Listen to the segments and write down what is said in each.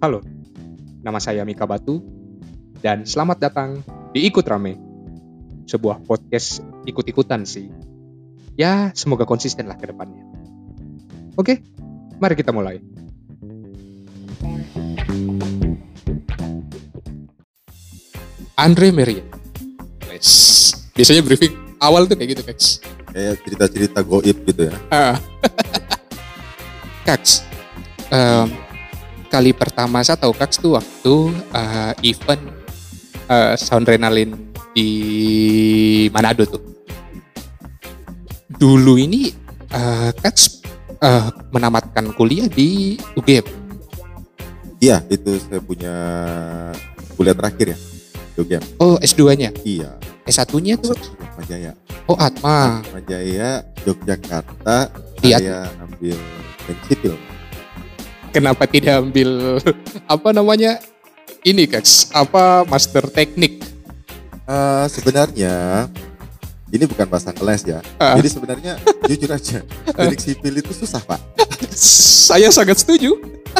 Halo, nama saya Mika Batu, dan selamat datang di Ikut Rame, sebuah podcast ikut-ikutan sih. Ya, semoga konsisten lah ke depannya. Oke, mari kita mulai. Andre Merian. Biasanya briefing awal tuh kayak gitu, Kaks. Kayak cerita-cerita goib gitu ya. Kaks, kali pertama saya tahu Kaks tuh waktu event Soundrenalin di Manado tuh. Dulu ini Kaks menamatkan kuliah di UGM. Iya, itu saya punya kuliah terakhir ya, di UGM. Oh, S2-nya? Iya. S1-nya tuh? Atma Jaya. Oh, Atma. Atma Jaya, Yogyakarta. Iya. Saya ambil teknik sipil. Kenapa tidak ambil apa namanya? Ini Kaks, master teknik? Sebenarnya ini bukan bahasa kelas ya. Jadi sebenarnya jujur aja, teknik sipil itu susah, Pak. Saya sangat setuju.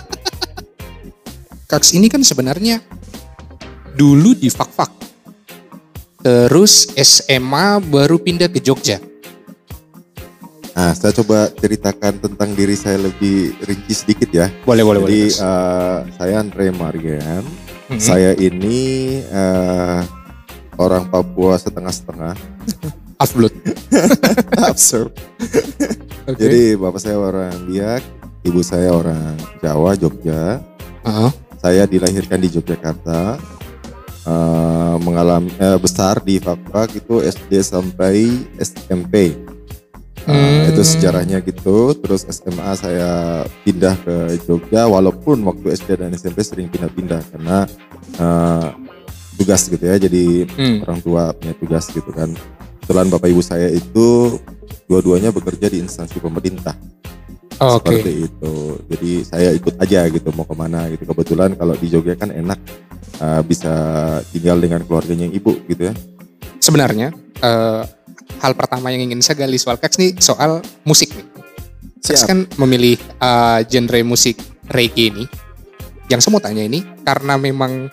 Kaks ini kan sebenarnya dulu di Fak-Fak. Terus SMA baru pindah ke Jogja. Nah, saya coba ceritakan tentang diri saya lebih rinci sedikit ya. Boleh. Jadi saya Andre Marian. Saya ini orang Papua setengah-setengah. Half-blood. Absurd. Okay. Jadi bapak saya orang Biak, ibu saya orang Jawa, Jogja. Saya dilahirkan di Yogyakarta. Mengalami besar di Fak-Fak itu SD sampai SMP. Itu sejarahnya gitu. Terus SMA saya pindah ke Jogja, walaupun waktu SD dan SMP sering pindah-pindah karena tugas gitu ya. Jadi orang tua punya tugas gitu kan. Kebetulan bapak ibu saya itu dua-duanya bekerja di instansi pemerintah. Seperti itu. Jadi saya ikut aja gitu mau kemana gitu. Kebetulan kalau di Jogja kan enak bisa tinggal dengan keluarganya ibu gitu ya. Sebenarnya hal pertama yang ingin saya gali soal Kaks nih soal musik nih. Kaks kan memilih genre musik reggae ini. Yang saya mau tanya ini karena memang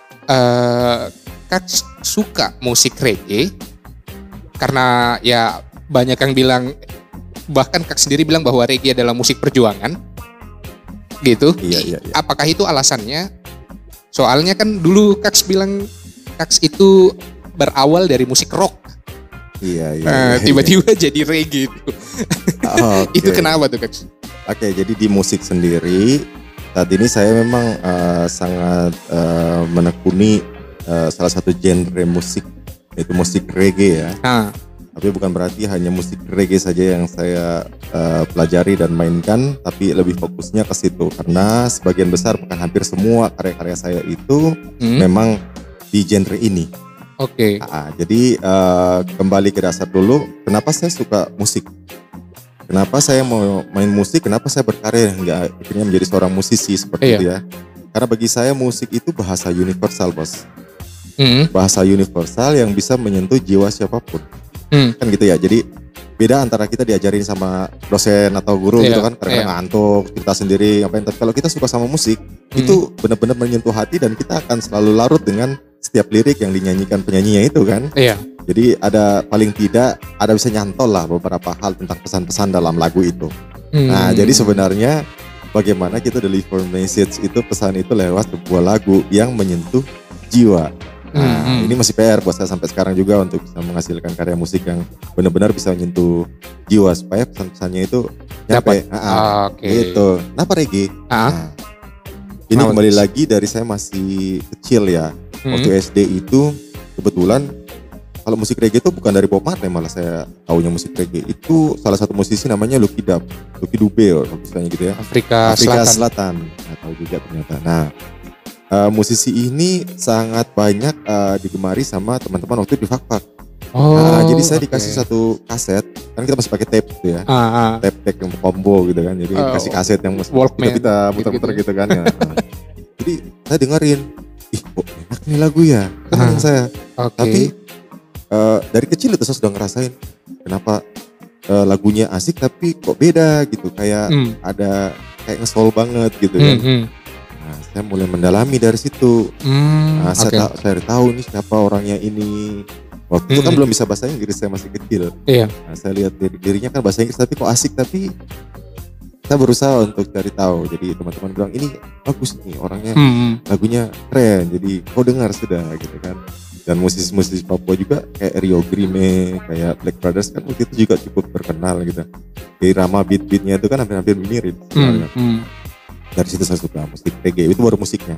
Kaks suka musik reggae karena ya banyak yang bilang, bahkan Kaks sendiri bilang bahwa reggae adalah musik perjuangan gitu. Iya. Apakah itu alasannya? Soalnya kan dulu Kaks bilang Kaks itu berawal dari musik rock. Iya. Tiba-tiba jadi reggae itu. Itu kenapa tuh Kaks? Oke, jadi di musik sendiri saat ini saya memang sangat menekuni salah satu genre musik, yaitu musik reggae ya. Tapi bukan berarti hanya musik reggae saja yang saya pelajari dan mainkan, tapi lebih fokusnya ke situ karena sebagian besar bahkan hampir semua karya-karya saya itu memang di genre ini. Jadi kembali ke dasar dulu, kenapa saya suka musik? Kenapa saya mau main musik? Kenapa saya berkarya hingga akhirnya menjadi seorang musisi seperti itu ya? Karena bagi saya musik itu bahasa universal, bos. Bahasa universal yang bisa menyentuh jiwa siapapun. Kan gitu ya. Jadi beda antara kita diajarin sama dosen atau guru gitu kan, kadang-kadang ngantuk, kita sendiri ngapain. Tapi kalau kita suka sama musik, itu benar-benar menyentuh hati dan kita akan selalu larut dengan setiap lirik yang dinyanyikan penyanyinya itu kan. Jadi ada paling tidak ada bisa nyantol lah beberapa hal tentang pesan-pesan dalam lagu itu. Nah, jadi sebenarnya bagaimana kita deliver message itu, pesan itu lewat sebuah lagu yang menyentuh jiwa. Nah, ini masih PR buat saya sampai sekarang juga untuk bisa menghasilkan karya musik yang benar-benar bisa menyentuh jiwa supaya pesan-pesannya itu nyampe. Gitu. Kenapa reggae? Ini kembali lagi dari saya masih kecil ya. Waktu SD itu kebetulan kalau musik reggae itu bukan dari Bob Marley, malah saya taunya musik reggae itu salah satu musisi namanya Lucky Dube, misalnya gitu ya. Afrika Selatan. Nggak tahu juga ternyata. Nah, musisi ini sangat banyak digemari sama teman-teman waktu di Fak-Fak. Jadi saya dikasih satu kaset, kan kita masih pakai tape gitu ya, tape yang combo gitu kan, jadi dikasih kaset yang kita muter-muter gitu kan. Ya. Jadi saya dengerin, kok enak nih lagu ya, dengerin saya. Tapi dari kecil itu saya sudah ngerasain kenapa lagunya asik tapi kok beda gitu, kayak ada kayak ngesol banget gitu kan. Nah, saya mulai mendalami dari situ. Nah, saya cari tahu nih siapa orangnya ini. Waktu itu kan belum bisa bahasa Inggris, saya masih kecil. Iya. Nah, saya lihat dirinya kan bahasa Inggris tapi kok asik, tapi saya berusaha untuk cari tahu. Jadi teman-teman bilang ini bagus nih orangnya, lagunya keren. Jadi kau dengar sudah gitu kan. Dan musisi-musisi Papua juga kayak Rio Grime, kayak Black Brothers kan waktu itu juga cukup terkenal gitu. Irama beat-beatnya itu kan hampir-hampir mirip. Dari situ saya suka musik reggae, itu baru musiknya.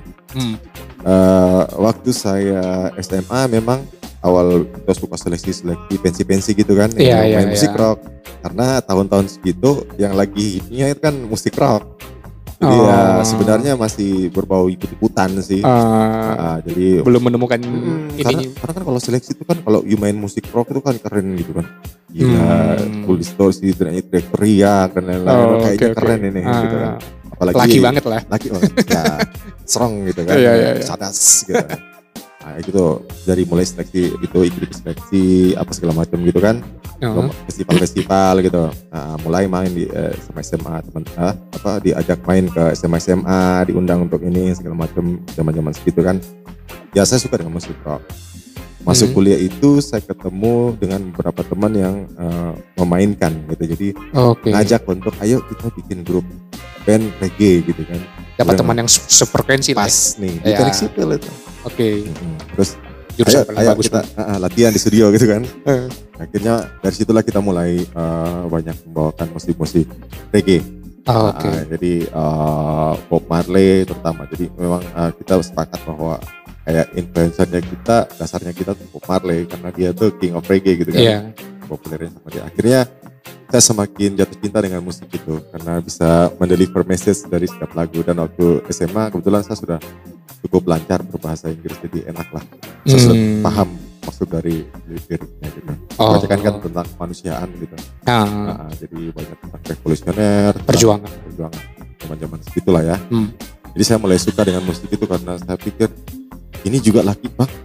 Waktu saya SMA memang awal kita suka seleksi pensi-pensi gitu kan, main musik rock. Karena tahun-tahun segitu yang lagi hitnya itu kan musik rock. Jadi ya sebenarnya masih berbau ikut-ikutan sih. Jadi belum menemukan ini. Karena kan kalau seleksi itu kan kalau you main musik rock itu kan keren gitu kan. Gila, full distorsi, teriak dan lain-lain, kayaknya keren ini gitu kan. Apalagi laki banget lah. Laki banget, ya strong gitu kan, sadas gitu. Nah gitu, dari mulai seleksi itu ikut seleksi apa segala macam gitu kan, festival gitu. Nah, mulai main di SMA teman diajak main ke SMA, diundang untuk ini segala macam zaman segitu kan. Ya saya suka dengan musik rock. Masuk kuliah itu saya ketemu dengan beberapa teman yang memainkan gitu. Jadi ngajak untuk ayo kita bikin grup band reggae gitu kan. Dapat teman yang sefrekuensi lah. Pas nih di teknik sipil itu. Terus jurusan ayo kita latihan di studio gitu kan. Akhirnya dari situlah kita mulai banyak membawakan musik-musik reggae. Jadi Bob Marley terutama. Jadi memang kita sepakat bahwa kayak influencernya kita, dasarnya kita tuh Bob Marley karena dia tuh king of reggae gitu kan. Populernya sama dia. Akhirnya saya semakin jatuh cinta dengan musik itu karena bisa mendeliver message dari setiap lagu. Dan waktu SMA kebetulan saya sudah cukup lancar berbahasa Inggris, jadi enak lah. Saya sudah paham maksud dari liriknya gitu. Bacakan kan tentang kemanusiaan gitu. Jadi banyak tentang revolusioner, perjuangan zaman-zaman segitulah ya. Jadi saya mulai suka dengan musik itu karena saya pikir ini juga laki banget.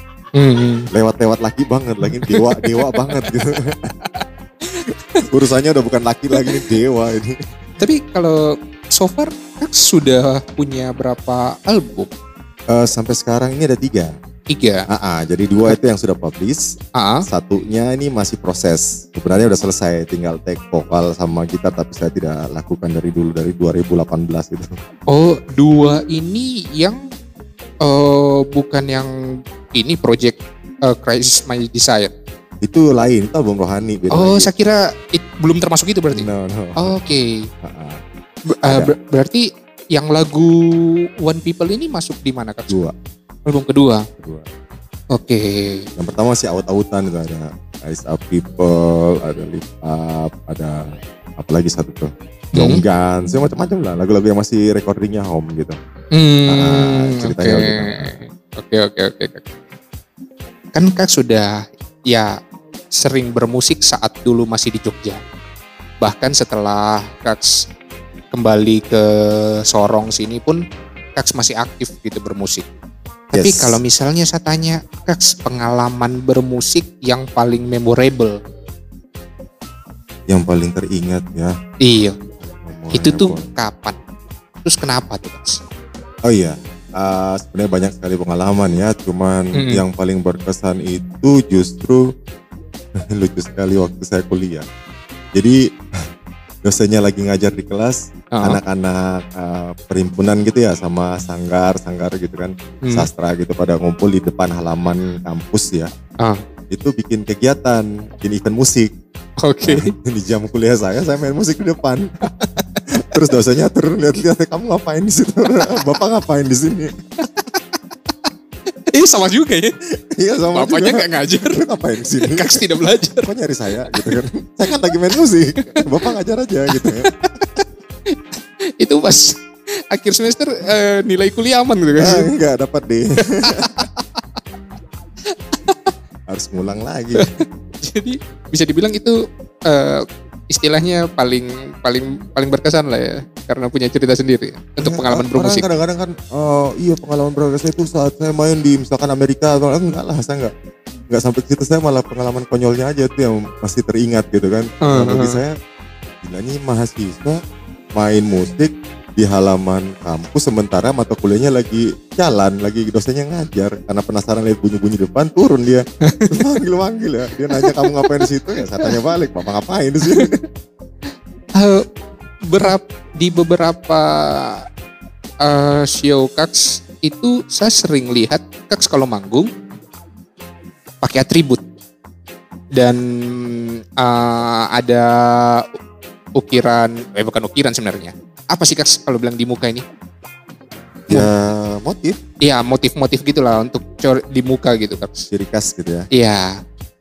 Lewat laki banget, lagi dewa banget gitu. Urusannya udah bukan laki lagi, ini dewa ini. Tapi kalau so far Kak sudah punya berapa album? Sampai sekarang ini ada 3. Jadi 2 itu yang sudah publish. Satunya ini masih proses. Sebenarnya udah selesai, tinggal take vokal sama gitar, tapi saya tidak lakukan dari 2018 itu. Oh, 2 ini yang bukan yang ini project Crisis My Desire. Itu lain, itu album rohani. Saya kira belum termasuk itu berarti. No. Berarti yang lagu One People ini masuk di mana Kak? 2. Album kedua. Yang pertama sih out-outan itu ada Rise Up People, ada Lift Up, ada apa lagi satu tuh, Young Guns, macam-macam lah, lagu-lagu yang masih recordingnya home gitu. Ceritanya Oke. Kan Kak sudah sering bermusik saat dulu masih di Jogja. Bahkan setelah Kak kembali ke Sorong sini pun Kak masih aktif gitu bermusik. Tapi kalau misalnya saya tanya Kak, pengalaman bermusik yang paling memorable, yang paling teringat ya. Iya. Itu tuh kapan? Terus kenapa tuh Kak? Sebenarnya banyak sekali pengalaman ya. Cuman yang paling berkesan itu justru lucu sekali waktu saya kuliah. Jadi dosennya lagi ngajar di kelas, anak-anak perhimpunan gitu ya, sama sanggar gitu kan, sastra gitu, pada ngumpul di depan halaman kampus ya. Itu bikin kegiatan, bikin event musik. Di jam kuliah saya main musik di depan. Terus dosennya turun lihat-lihat, kamu ngapain di situ? Bapak ngapain di sini? Sama juga ya. Iya, sama. Bapaknya nggak ngajar. Ngapain di sini? Kak tidak belajar. Kok nyari saya gitu kan? Saya kan lagi main musik. Bapak ngajar aja gitu ya. Itu pas akhir semester nilai kuliah aman gitu kan? Enggak dapat deh. Harus ngulang lagi. Jadi bisa dibilang itu istilahnya paling berkesan lah ya, karena punya cerita sendiri untuk pengalaman bermusik. Kadang-kadang kan pengalaman berkesan itu saat saya main di misalkan Amerika atau enggak lah, saya enggak sampai ke situ. Saya malah pengalaman konyolnya aja tuh yang masih teringat gitu kan. Bagi saya, gila nih mahasiswa main musik di halaman kampus, sementara mata kuliahnya lagi jalan, lagi dosennya ngajar. Karena penasaran lihat bunyi-bunyi depan, turun dia. Terus manggil ya. Dia nanya, kamu ngapain di situ? Ya saya tanya balik, Bapak ngapain di sini? Di beberapa show Kaks itu saya sering lihat Kaks kalau manggung pakai atribut. Dan ada ukiran, bukan ukiran sebenarnya. Apa sih Kaks kalau bilang di muka ini? Ya motif. Iya, motif-motif gitulah untuk di muka gitu Kaks. Ciri khas gitu ya. Iya.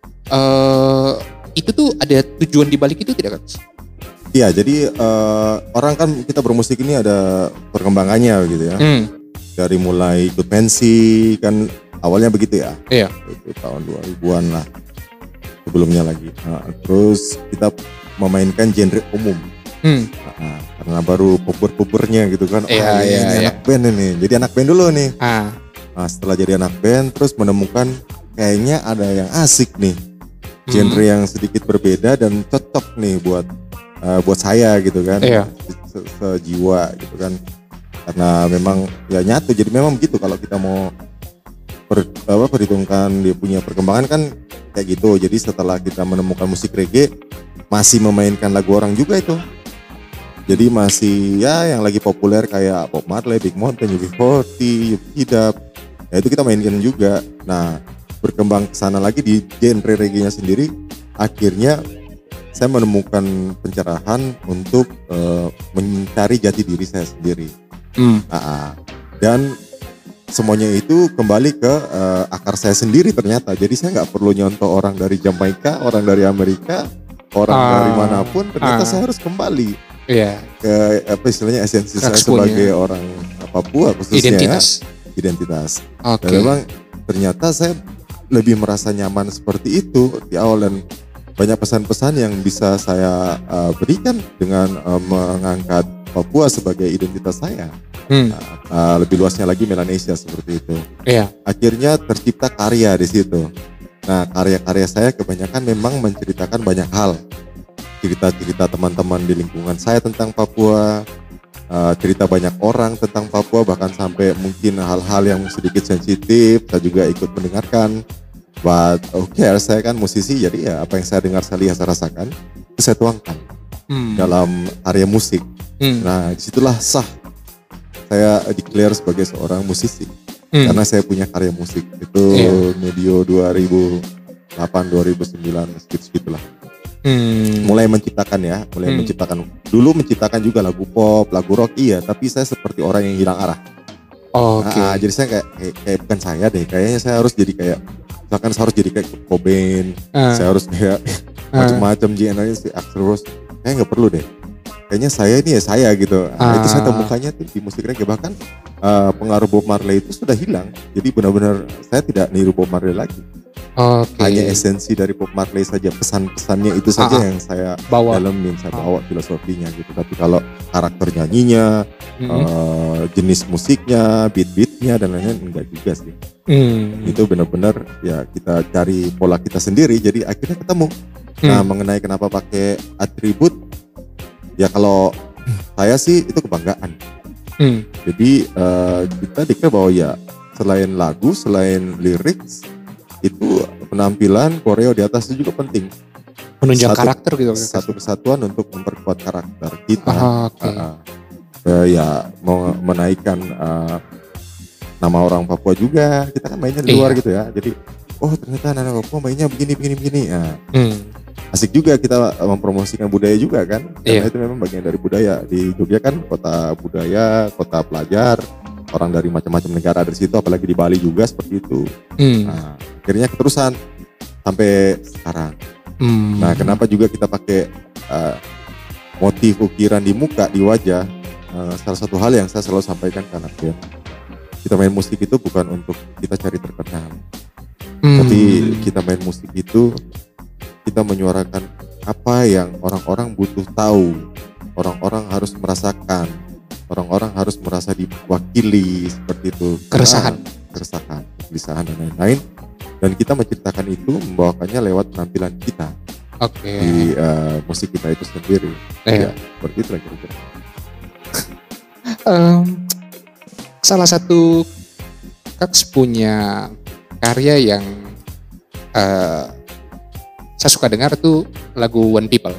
Itu tuh ada tujuan di balik itu tidak Kaks? Iya, jadi orang kan kita bermusik ini ada perkembangannya gitu ya. Dari mulai ikut pensi kan awalnya begitu ya. Iya. Itu tahun 2000-an lah. Sebelumnya lagi. Nah, terus kita memainkan genre umum. Karena baru puber-pubernya gitu kan. Ini anak band ini. Jadi anak band dulu nih. Nah, setelah jadi anak band terus menemukan kayaknya ada yang asik nih. Genre yang sedikit berbeda dan cocok nih buat saya gitu kan. Sejiwa gitu kan. Karena memang ya nyatu. Jadi memang begitu kalau kita mau perhitungkan dia punya perkembangan kan kayak gitu. Jadi setelah kita menemukan musik reggae masih memainkan lagu orang juga itu. Jadi masih ya yang lagi populer kayak Bob Marley, Big Mountain, UB40, Hidap. Ya itu kita mainkan juga. Nah, berkembang ke sana lagi di genre reggae-nya sendiri. Akhirnya saya menemukan pencerahan untuk mencari jati diri saya sendiri. Dan semuanya itu kembali ke akar saya sendiri ternyata. Jadi saya nggak perlu nyontoh orang dari Jamaika, orang dari Amerika, orang dari manapun. Ternyata saya harus kembali ke apa istilahnya esensi saya sebagai orang Papua khususnya identitas. Dan memang ternyata saya lebih merasa nyaman seperti itu di awal dan banyak pesan-pesan yang bisa saya berikan dengan mengangkat Papua sebagai identitas saya. Lebih luasnya lagi Melanesia seperti itu. Akhirnya tercipta karya di situ. Nah, karya-karya saya kebanyakan memang menceritakan banyak hal. Cerita-cerita teman-teman di lingkungan saya tentang Papua, cerita banyak orang tentang Papua, bahkan sampai mungkin hal-hal yang sedikit sensitif saya juga ikut mendengarkan. But saya kan musisi, jadi ya apa yang saya dengar, saya lihat, saya rasakan itu saya tuangkan dalam karya musik. Nah, disitulah sah saya declare sebagai seorang musisi karena saya punya karya musik itu medio 2008 2009 segitulah. Mulai menciptakan dulu menciptakan juga lagu pop, lagu rock tapi saya seperti orang yang hilang arah. Jadi saya kayak bukan saya deh, kayaknya saya harus jadi kayak misalkan saya harus jadi kayak Cobain, saya harus kayak macam-macam genre si Axl Rose, kayaknya nggak perlu deh. Kayaknya saya ini ya saya gitu. Itu saya temukannya tuh di musik reggae, bahkan pengaruh Bob Marley itu sudah hilang. Jadi benar-benar saya tidak niru Bob Marley lagi. Hanya esensi dari Bob Marley saja, pesan-pesannya itu saja yang saya dalamin, saya bawa filosofinya gitu. Tapi kalau karakter nyanyinya, jenis musiknya, beat-beatnya dan lain-lain enggak juga sih. Itu benar-benar ya kita cari pola kita sendiri. Jadi akhirnya ketemu. Nah, mengenai kenapa pakai atribut, ya kalau saya sih itu kebanggaan. Jadi kita dikira bahwa ya selain lagu, selain lirik, itu penampilan koreo di atas itu juga penting. Menunjang karakter gitu. Satu kesatuan untuk memperkuat karakter kita. Ya mau menaikkan nama orang Papua juga. Kita kan mainnya di luar gitu ya. Jadi ternyata anak Papua mainnya begini. Asik juga kita mempromosikan budaya juga kan. Karena itu memang bagian dari budaya. Di Jogja kan kota budaya, kota pelajar. Orang dari macam-macam negara dari situ, apalagi di Bali juga seperti itu. Nah, akhirnya keterusan sampai sekarang. Nah, kenapa juga kita pakai motif ukiran di muka, di wajah? Salah satu hal yang saya selalu sampaikan ke anak band, kita main musik itu bukan untuk kita cari terkenal, tapi kita main musik itu kita menyuarakan apa yang orang-orang butuh tahu, orang-orang harus merasakan. Orang-orang harus merasa diwakili seperti itu. Keresahan, kegelisahan dan lain-lain. Dan kita menceritakan itu, membawakannya lewat penampilan kita di musik kita itu sendiri. Ya, seperti itu kira-kira. Salah satu Kaks punya karya yang saya suka dengar tuh lagu One People.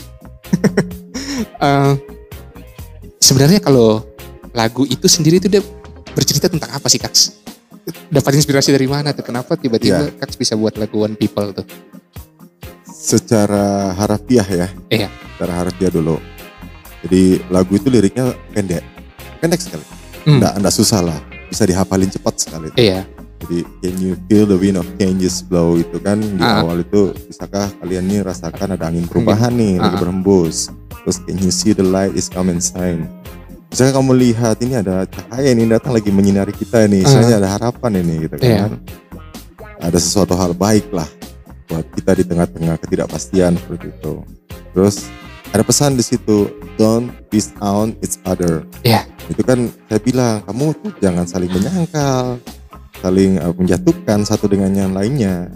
Sebenarnya kalau lagu itu sendiri tuh dia bercerita tentang apa sih, Kaks? Dapat inspirasi dari mana tuh? Kenapa tiba-tiba Kaks bisa buat lagu One People tuh? Secara harafiah ya. Iya. Secara harafiah dulu. Jadi lagu itu liriknya pendek sekali. Nggak susah lah. Bisa dihafalin cepat sekali. Iya. Jadi can you feel the wind of changes blow itu kan di awal itu, bisakah kalian nih rasakan ada angin perubahan nih lagi berhembus. Terus can you see the light is coming sign. Misalnya kamu lihat ini ada cahaya ini datang lagi menyinari kita nih, misalnya ada harapan ini gitu kan. Ada sesuatu hal baik lah buat kita di tengah-tengah ketidakpastian seperti itu. Terus ada pesan di situ, don't diss out each other. Itu kan saya bilang, kamu tuh jangan saling menyangkal, saling menjatuhkan satu dengan yang lainnya.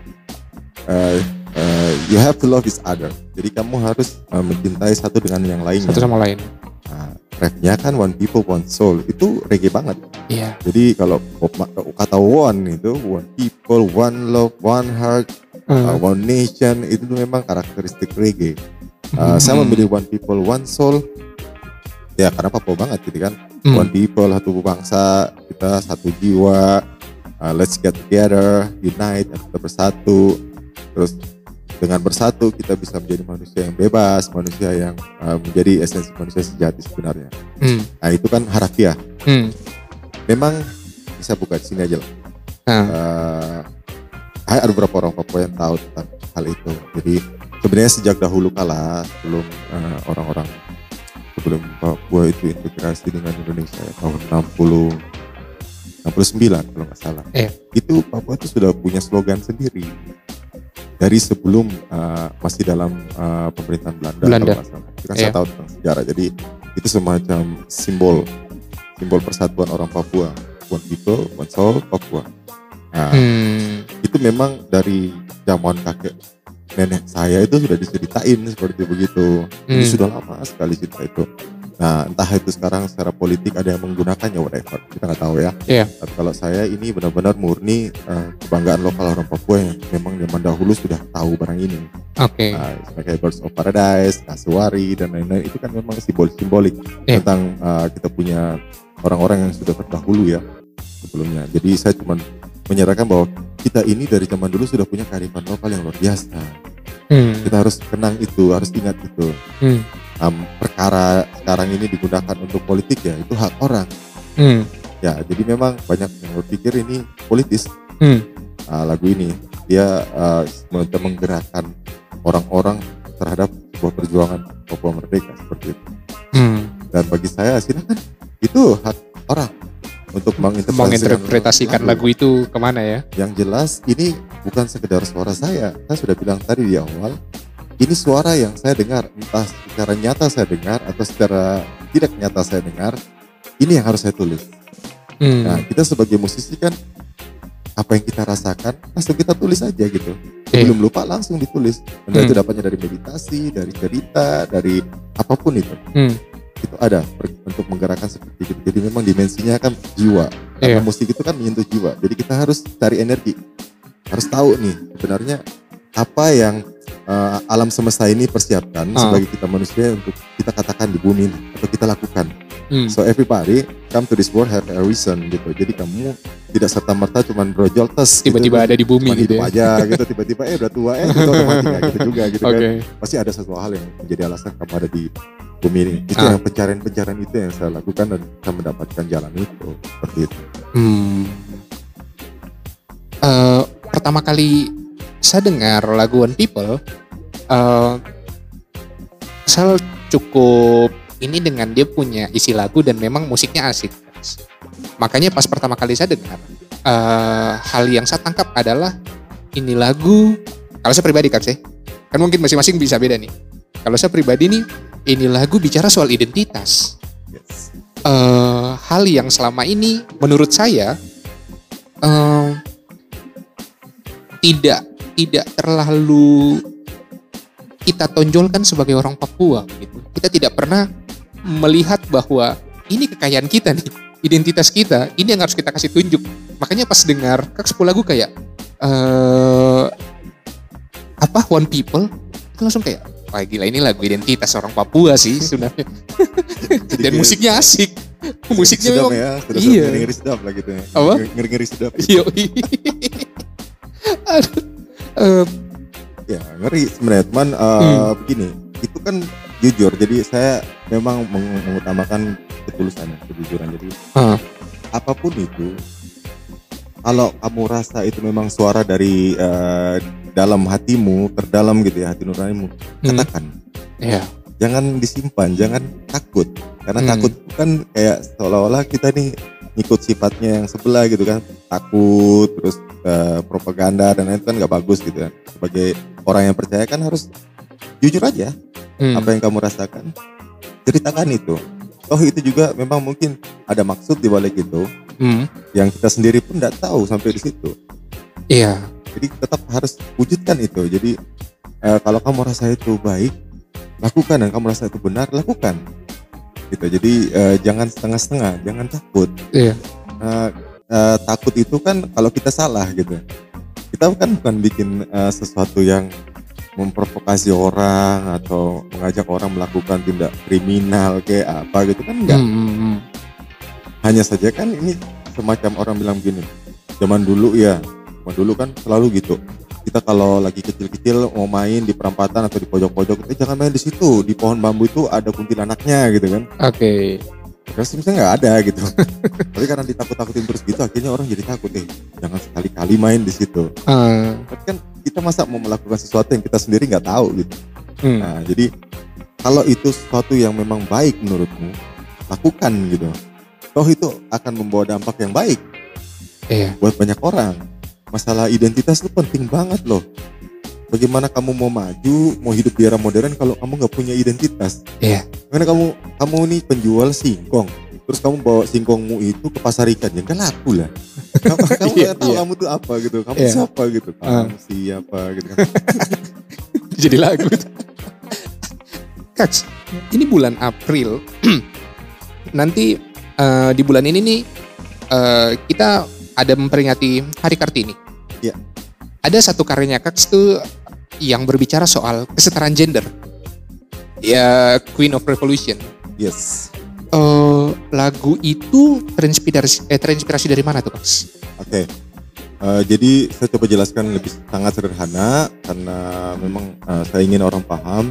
You have to love each other. Jadi kamu harus mencintai satu dengan yang lainnya. Satu sama lain. Refnya kan one people one soul, itu reggae banget. Iya. Jadi kalau kata one itu one people one love one heart one nation, itu memang karakteristik reggae. Saya memilih one people one soul ya karena Papua banget gitu kan. One people, satu bangsa, kita satu jiwa, let's get together, unite, kita bersatu. Terus dengan bersatu kita bisa menjadi manusia yang bebas, manusia yang menjadi esensi manusia sejati sebenarnya. Nah itu kan harafiah. Memang bisa buka di sini aja lah. Ada beberapa orang Papua yang tahu tentang hal itu. Jadi sebenarnya sejak dahulu kala, sebelum sebelum Papua itu integrasi dengan Indonesia tahun 69 kalau nggak salah. Itu Papua itu sudah punya slogan sendiri. Dari sebelum masih dalam pemerintahan Belanda. Kalau itu kan saya tahu tentang sejarah. Jadi itu semacam simbol persatuan orang Papua. One people, one soul, Papua. Nah, itu memang dari zaman kakek nenek saya itu sudah diceritain seperti begitu. Ini sudah lama sekali cerita itu. Nah, entah itu sekarang secara politik ada yang menggunakannya, whatever, kita nggak tahu ya. Tapi kalau saya ini benar-benar murni kebanggaan lokal orang Papua yang memang zaman dahulu sudah tahu barang ini. Kayak Birds of Paradise, Kasuari dan lain-lain, itu kan memang simbolik tentang kita punya orang-orang yang sudah terdahulu ya sebelumnya. Jadi saya cuma menyerahkan bahwa kita ini dari zaman dulu sudah punya kearifan lokal yang luar biasa. Kita harus kenang itu, harus ingat itu. Perkara sekarang ini digunakan untuk politik ya, itu hak orang. Ya, jadi memang banyak yang berpikir ini politis. Lagu ini dia menggerakkan orang-orang terhadap sebuah perjuangan Papua merdeka seperti itu. Dan bagi saya silakan, itu hak orang untuk menginterpretasikan lagu itu kemana ya. Yang jelas ini bukan sekedar suara saya sudah bilang tadi di awal. Ini suara yang saya dengar, entah secara nyata saya dengar atau secara tidak nyata saya dengar, ini yang harus saya tulis. Nah, kita sebagai musisi kan, apa yang kita rasakan, langsung kita tulis aja gitu. Sebelum lupa langsung ditulis. Dan itu dapatnya dari meditasi, dari cerita, dari apapun itu. Itu ada untuk menggerakkan seperti itu. Jadi memang dimensinya kan jiwa. Karena musik itu kan menyentuh jiwa. Jadi kita harus cari energi. Harus tahu nih, sebenarnya apa yang alam semesta ini persiapkan sebagai kita manusia untuk kita katakan di bumi atau kita lakukan. So everybody come to this world have a reason gitu. Jadi kamu tidak serta merta cuman brojol tes tiba-tiba gitu, ada di bumi gitu ya. Aja gitu tiba-tiba udah tua gitu udah mati gitu juga gitu kan. Pasti ada sesuatu hal yang menjadi alasan kamu ada di bumi ini. Itu yang pencarian itu yang saya lakukan dan saya mendapatkan jalan itu seperti itu. Pertama kali saya dengar lagu One People, saya cukup ini dengan dia punya isi lagu dan memang musiknya asik. Makanya pas pertama kali saya dengar, hal yang saya tangkap adalah ini lagu, kalau saya pribadi kan mungkin masing-masing bisa beda nih. Kalau saya pribadi nih, ini lagu bicara soal identitas. Hal yang selama ini menurut saya tidak terlalu kita tonjolkan sebagai orang Papua gitu. Kita tidak pernah melihat bahwa ini kekayaan kita nih, identitas kita, ini yang harus kita kasih tunjuk. Makanya pas dengar Kak 10 lagu kayak One People, itu langsung kayak, wah gila, ini lagu identitas orang Papua sih sebenarnya. Dan musiknya asik. Musiknya sedap memang ya, iya. Ngeri-ngeri sedap lah gitu ya. Apa? Ngeri-ngeri sedap. Iya. Ya ngeri sebenarnya, cuman begini, itu kan jujur, jadi saya memang mengutamakan ketulusan, kejujuran. Jadi apapun itu, kalau kamu rasa itu memang suara dari dalam hatimu, terdalam gitu ya, hati nuranimu, katakan. Iya. Jangan disimpan, jangan takut, karena takut kan kayak seolah-olah kita nih ngikut sifatnya yang sebelah gitu kan, takut terus propaganda dan lain itu kan nggak bagus gitu kan. Sebagai orang yang percaya kan harus jujur aja apa yang kamu rasakan, ceritakan itu. Oh itu juga memang mungkin ada maksud di balik itu yang kita sendiri pun nggak tahu sampai di situ. Iya. Jadi tetap harus wujudkan itu. Jadi kalau kamu rasa itu baik, lakukan, dan kamu rasa itu benar, lakukan. Gitu. Jadi jangan setengah-setengah, jangan takut. Iya. Takut itu kan kalau kita salah gitu. Kita kan bukan bikin sesuatu yang memprovokasi orang atau mengajak orang melakukan tindak kriminal kayak apa gitu kan, enggak. Hanya saja kan ini semacam orang bilang begini, zaman dulu kan selalu gitu. Kita kalau lagi kecil-kecil mau main di perampatan atau di pojok-pojok, jangan main di situ, di pohon bambu itu ada kuntilanaknya gitu kan. Oke. Terus misalnya nggak ada gitu. Tapi karena ditakut-takutin terus gitu, akhirnya orang jadi takut, jangan sekali-kali main di situ. Tapi kan kita masa mau melakukan sesuatu yang kita sendiri nggak tahu gitu. Nah jadi kalau itu sesuatu yang memang baik menurutmu, lakukan gitu. Toh itu akan membawa dampak yang baik buat banyak orang. Masalah identitas itu penting banget loh. Bagaimana kamu mau maju, mau hidup di era modern kalau kamu nggak punya identitas? Iya. Karena kamu nih penjual singkong, terus kamu bawa singkongmu itu ke pasar ikan, ya kan laku lah. Kamu nggak tahu kamu tuh apa gitu, kamu siapa gitu, kamu siapa gitu kan. Jadi lagu. Kak, ini bulan April. Nanti di bulan ini nih kita ada memperingati Hari Kartini. Iya. Ada satu karyanya Kak itu yang berbicara soal kesetaraan gender. Ya, Queen of Revolution. Yes. Lagu itu terinspirasi dari mana tuh Kak? Oke. Jadi saya coba jelaskan lebih sangat sederhana karena memang saya ingin orang paham.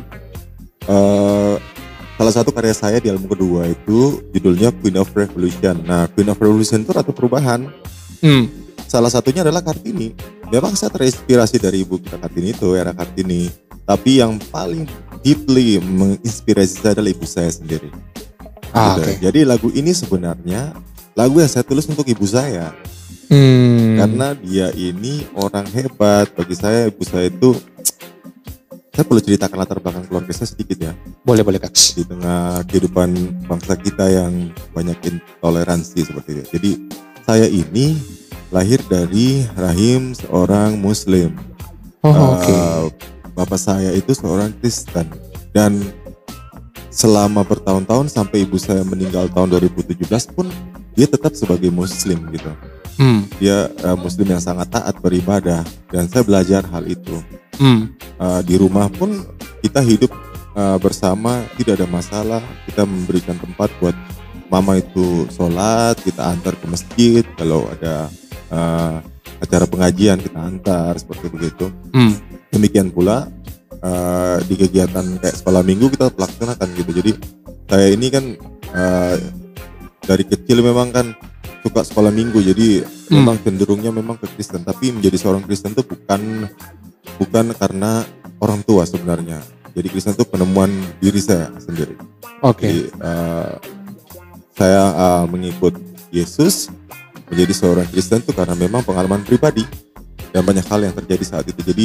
Salah satu karya saya di album kedua itu judulnya Queen of Revolution. Nah, Queen of Revolution itu ratu perubahan. Salah satunya adalah Kartini. Memang saya terinspirasi dari ibu kita Kartini itu, era Kartini. Tapi yang paling deeply menginspirasi saya adalah ibu saya sendiri. Okay. Jadi lagu ini sebenarnya lagu yang saya tulis untuk ibu saya. Karena dia ini orang hebat. Bagi saya ibu saya itu, saya perlu ceritakan latar belakang keluarga saya sedikit ya. Boleh Kak. Di tengah kehidupan bangsa kita yang banyak intoleransi seperti itu. Jadi saya ini lahir dari rahim seorang Muslim. Bapak saya itu seorang Kristen, dan selama bertahun-tahun sampai ibu saya meninggal tahun 2017 pun dia tetap sebagai Muslim gitu. Dia Muslim yang sangat taat beribadah, dan saya belajar hal itu. Di rumah pun kita hidup bersama, tidak ada masalah. Kita memberikan tempat buat mama itu sholat, kita antar ke masjid. Kalau ada acara pengajian kita antar, seperti begitu. Demikian pula di kegiatan kayak sekolah minggu kita laksanakan gitu. Jadi saya ini kan dari kecil memang kan suka sekolah minggu, jadi memang cenderungnya memang ke Kristen. Tapi menjadi seorang Kristen itu bukan karena orang tua sebenarnya. Jadi Kristen itu penemuan diri saya sendiri. Jadi saya mengikut Yesus, menjadi seorang Kristen itu karena memang pengalaman pribadi dan banyak hal yang terjadi saat itu. Jadi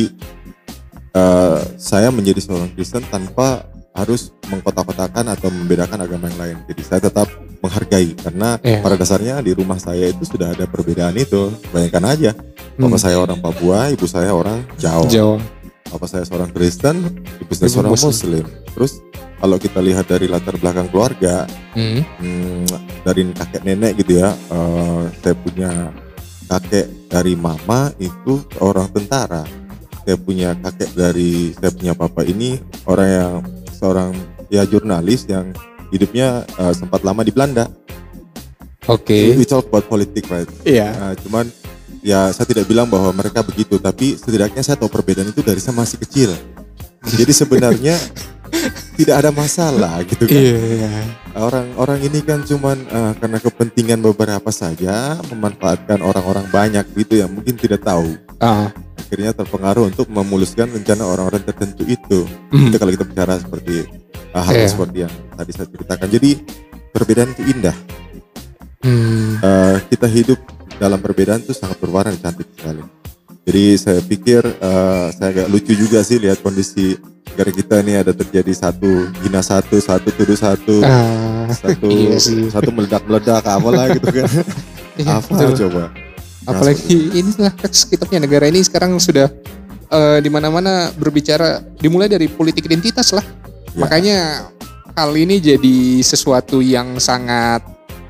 saya menjadi seorang Kristen tanpa harus mengkotak-kotakan atau membedakan agama yang lain. Jadi saya tetap menghargai, karena pada dasarnya di rumah saya itu sudah ada perbedaan itu. Bayangkan aja, bapak saya orang Papua, ibu saya orang Jawa. Bapak saya seorang Kristen, ibu saya seorang Muslim. Terus kalau kita lihat dari latar belakang keluarga, dari kakek nenek gitu ya, saya punya kakek dari mama itu orang tentara. Saya punya kakek dari saya punya papa ini seorang ya jurnalis yang hidupnya sempat lama di Belanda. Oke. We talk about politics, right? Iya. Cuman ya saya tidak bilang bahwa mereka begitu, tapi setidaknya saya tahu perbedaan itu dari saya masih kecil. Jadi sebenarnya tidak ada masalah gitu kan. Iya. Orang-orang ini kan cuman karena kepentingan beberapa saja memanfaatkan orang-orang banyak gitu yang mungkin tidak tahu. Akhirnya terpengaruh untuk memuluskan rencana orang-orang tertentu itu. Itu kalau kita bicara seperti hal seperti yang tadi saya ceritakan. Jadi perbedaan itu indah. Kita hidup dalam perbedaan itu sangat berwarna dan cantik sekali. Jadi saya pikir saya agak lucu juga sih lihat kondisi negara kita ini ada terjadi satu hina satu tuduh satu, satu meledak-meledak apalah gitu kan. Apa coba? Apalagi inilah kita punya negara ini sekarang sudah di mana-mana berbicara dimulai dari politik identitas lah. Ya. Makanya hal ini jadi sesuatu yang sangat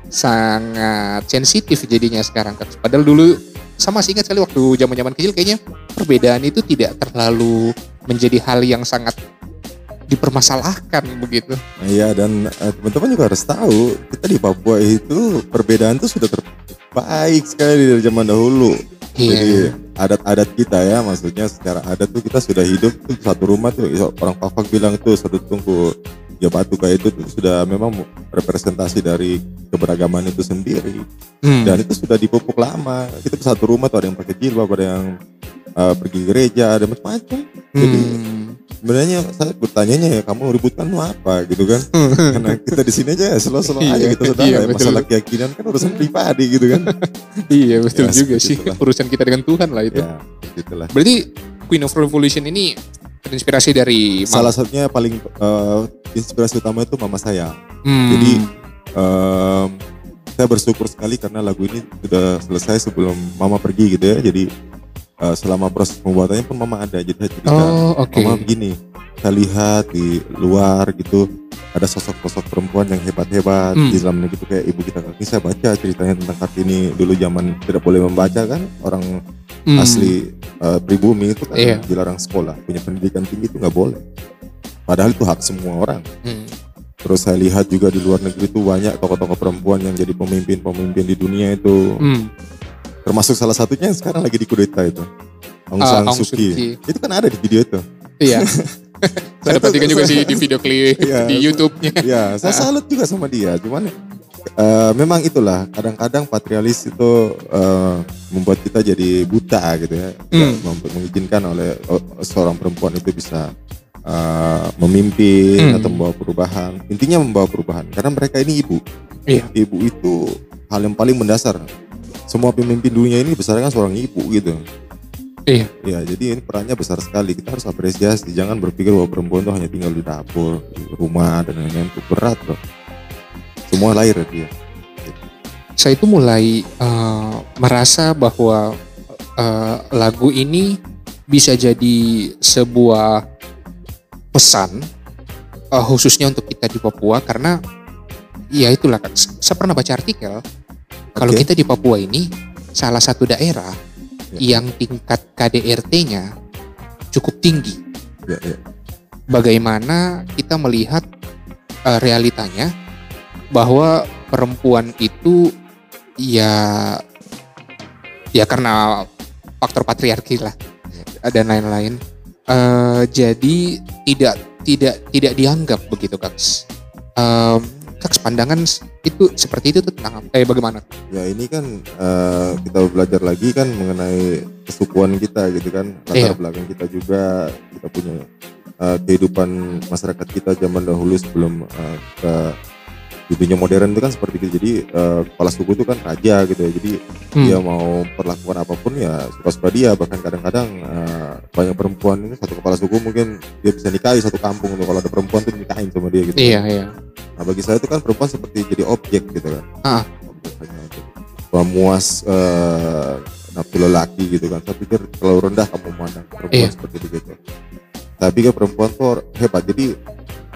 sensitif jadinya sekarang. Padahal dulu sama sih ingat sekali waktu zaman-zaman kecil kayaknya perbedaan itu tidak terlalu menjadi hal yang sangat dipermasalahkan begitu. Iya, dan teman-teman juga harus tahu kita di Papua itu perbedaan itu sudah terbaik sekali dari zaman dahulu. Jadi adat-adat kita ya, maksudnya secara adat tuh kita sudah hidup tuh satu rumah tuh, orang Papua bilang itu satu tungku ya batu kayak itu sudah memang representasi dari keberagaman itu sendiri. Dan itu sudah dipupuk lama. Kita satu rumah tuh ada yang pakai jilbab, ada yang pergi gereja, ada macam-macam. Jadi sebenarnya saya bertanyanya ya kamu ributkan apa gitu kan? Karena kita di sini aja slow-slow aja gitu saudara. Masalah keyakinan kan urusan pribadi gitu kan. Iya betul juga sih, urusan kita dengan Tuhan lah itu. Ya, gitulah. Berarti Queen of Revolution ini terinspirasi dari salah satunya paling inspirasi utama itu mama saya. Jadi saya bersyukur sekali karena lagu ini sudah selesai sebelum mama pergi gitu ya. Jadi selama proses pembuatannya pun mama ada. Jadi saya cerita, mama begini, saya lihat di luar gitu ada sosok-sosok perempuan yang hebat-hebat di dalam gitu kayak ibu kita. Ini saya baca ceritanya tentang Kartini dulu zaman tidak boleh membaca kan, orang asli pribumi itu kan dilarang sekolah, punya pendidikan tinggi itu nggak boleh. Padahal itu hak semua orang. Terus saya lihat juga di luar negeri itu banyak tokoh-tokoh perempuan yang jadi pemimpin-pemimpin di dunia itu. Termasuk salah satunya yang sekarang lagi dikudeta itu, Aung San Suu Kyi. Itu kan ada di video itu. Iya. Saya perhatikan juga sih di video klip di YouTube-nya. Iya, saya salut juga sama dia. Cuman memang itulah kadang-kadang patrialis itu membuat kita jadi buta gitu ya. Mengizinkan oleh seorang perempuan itu bisa memimpin atau membawa perubahan. Intinya membawa perubahan karena mereka ini ibu. Ibu itu hal yang paling mendasar. Semua pemimpin dunia ini besarnya kan seorang ibu gitu. Iya, jadi ini perannya besar sekali. Kita harus apresiasi. Jangan berpikir bahwa perempuan itu hanya tinggal di dapur, di rumah dan lain-lain. Itu berat loh. Semua lahir dia. Saya itu mulai merasa bahwa lagu ini bisa jadi sebuah pesan khususnya untuk kita di Papua karena ya itulah kan. Saya pernah baca artikel kalau kita di Papua ini salah satu daerah yang tingkat KDRT-nya cukup tinggi. Bagaimana kita melihat realitanya bahwa perempuan itu ya karena faktor patriarki lah dan lain-lain. Jadi tidak dianggap begitu, Kaks. Kaks, pandangan itu seperti itu tentang bagaimana? Ya ini kan kita belajar lagi kan mengenai kesukuan kita gitu kan, latar belakang kita juga, kita punya kehidupan masyarakat kita zaman dahulu sebelum di dunia modern itu kan seperti itu. Jadi kepala suku itu kan raja gitu ya. Jadi dia mau perlakuan apapun ya suka-suka dia. Bahkan kadang-kadang banyak perempuan ini satu kepala suku mungkin dia bisa nikahi satu kampung tuh. Kalau ada perempuan tuh nikahin sama dia gitu. Iya. Nah bagi saya itu kan perempuan seperti jadi objek gitu kan. Objek hanya untuk memuas nafsu lelaki gitu kan. Saya pikir terlalu rendah kamu memandang perempuan seperti itu gitu. Saya pikir perempuan tuh hebat. Jadi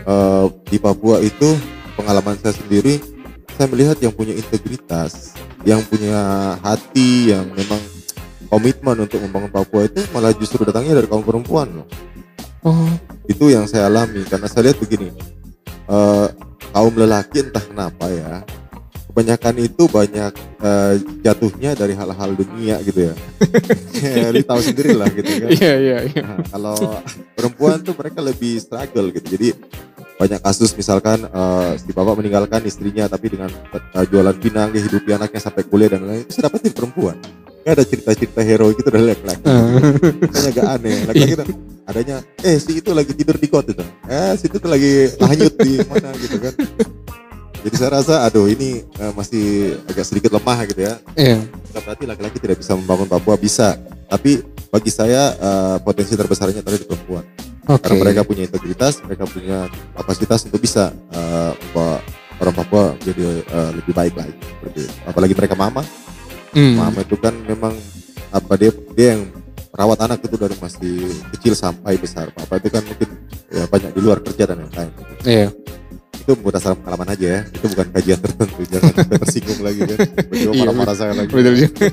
di Papua itu pengalaman saya sendiri, saya melihat yang punya integritas, yang punya hati, yang memang komitmen untuk membangun Papua itu malah justru datangnya dari kaum perempuan loh. Itu yang saya alami karena saya lihat begini, kaum lelaki entah kenapa ya, kebanyakan itu banyak jatuhnya dari hal-hal dunia gitu ya. Ya, lu tahu sendiri lah gitu kan. Iya. Nah, kalau perempuan tuh mereka lebih struggle gitu. Jadi banyak kasus misalkan si bapak meninggalkan istrinya tapi dengan jualan pinang dia hidupi anaknya sampai kuliah dan lain-lain, itu saya dapetin perempuan. Kayak ada cerita-cerita hero gitu dari laki-laki. Kayaknya agak aneh. Laki-laki tuh adanya si itu lagi tidur di got itu. Si itu tuh lagi hanyut di mana gitu kan. Jadi saya rasa ini masih agak sedikit lemah gitu ya. Iya. Bukan berarti laki-laki tidak bisa membangun Papua, bisa. Tapi bagi saya potensi terbesarnya tadi di perempuan. Karena mereka punya integritas, mereka punya kapasitas untuk bisa membawa orang Papua jadi lebih baik lagi. Apalagi mereka mama. Mama itu kan memang dia yang merawat anak itu dari masih kecil sampai besar. Papa itu kan mungkin ya banyak di luar kerja dan lain-lain. Iya. Itu berdasarkan pengalaman aja ya, itu bukan kajian tertentu, jangan sampai tersinggung lagi kan, berdua marah-marah saya lagi. Betul juga.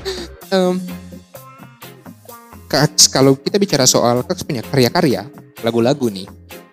Kaks, kalau kita bicara soal Kaks punya karya-karya, lagu-lagu nih,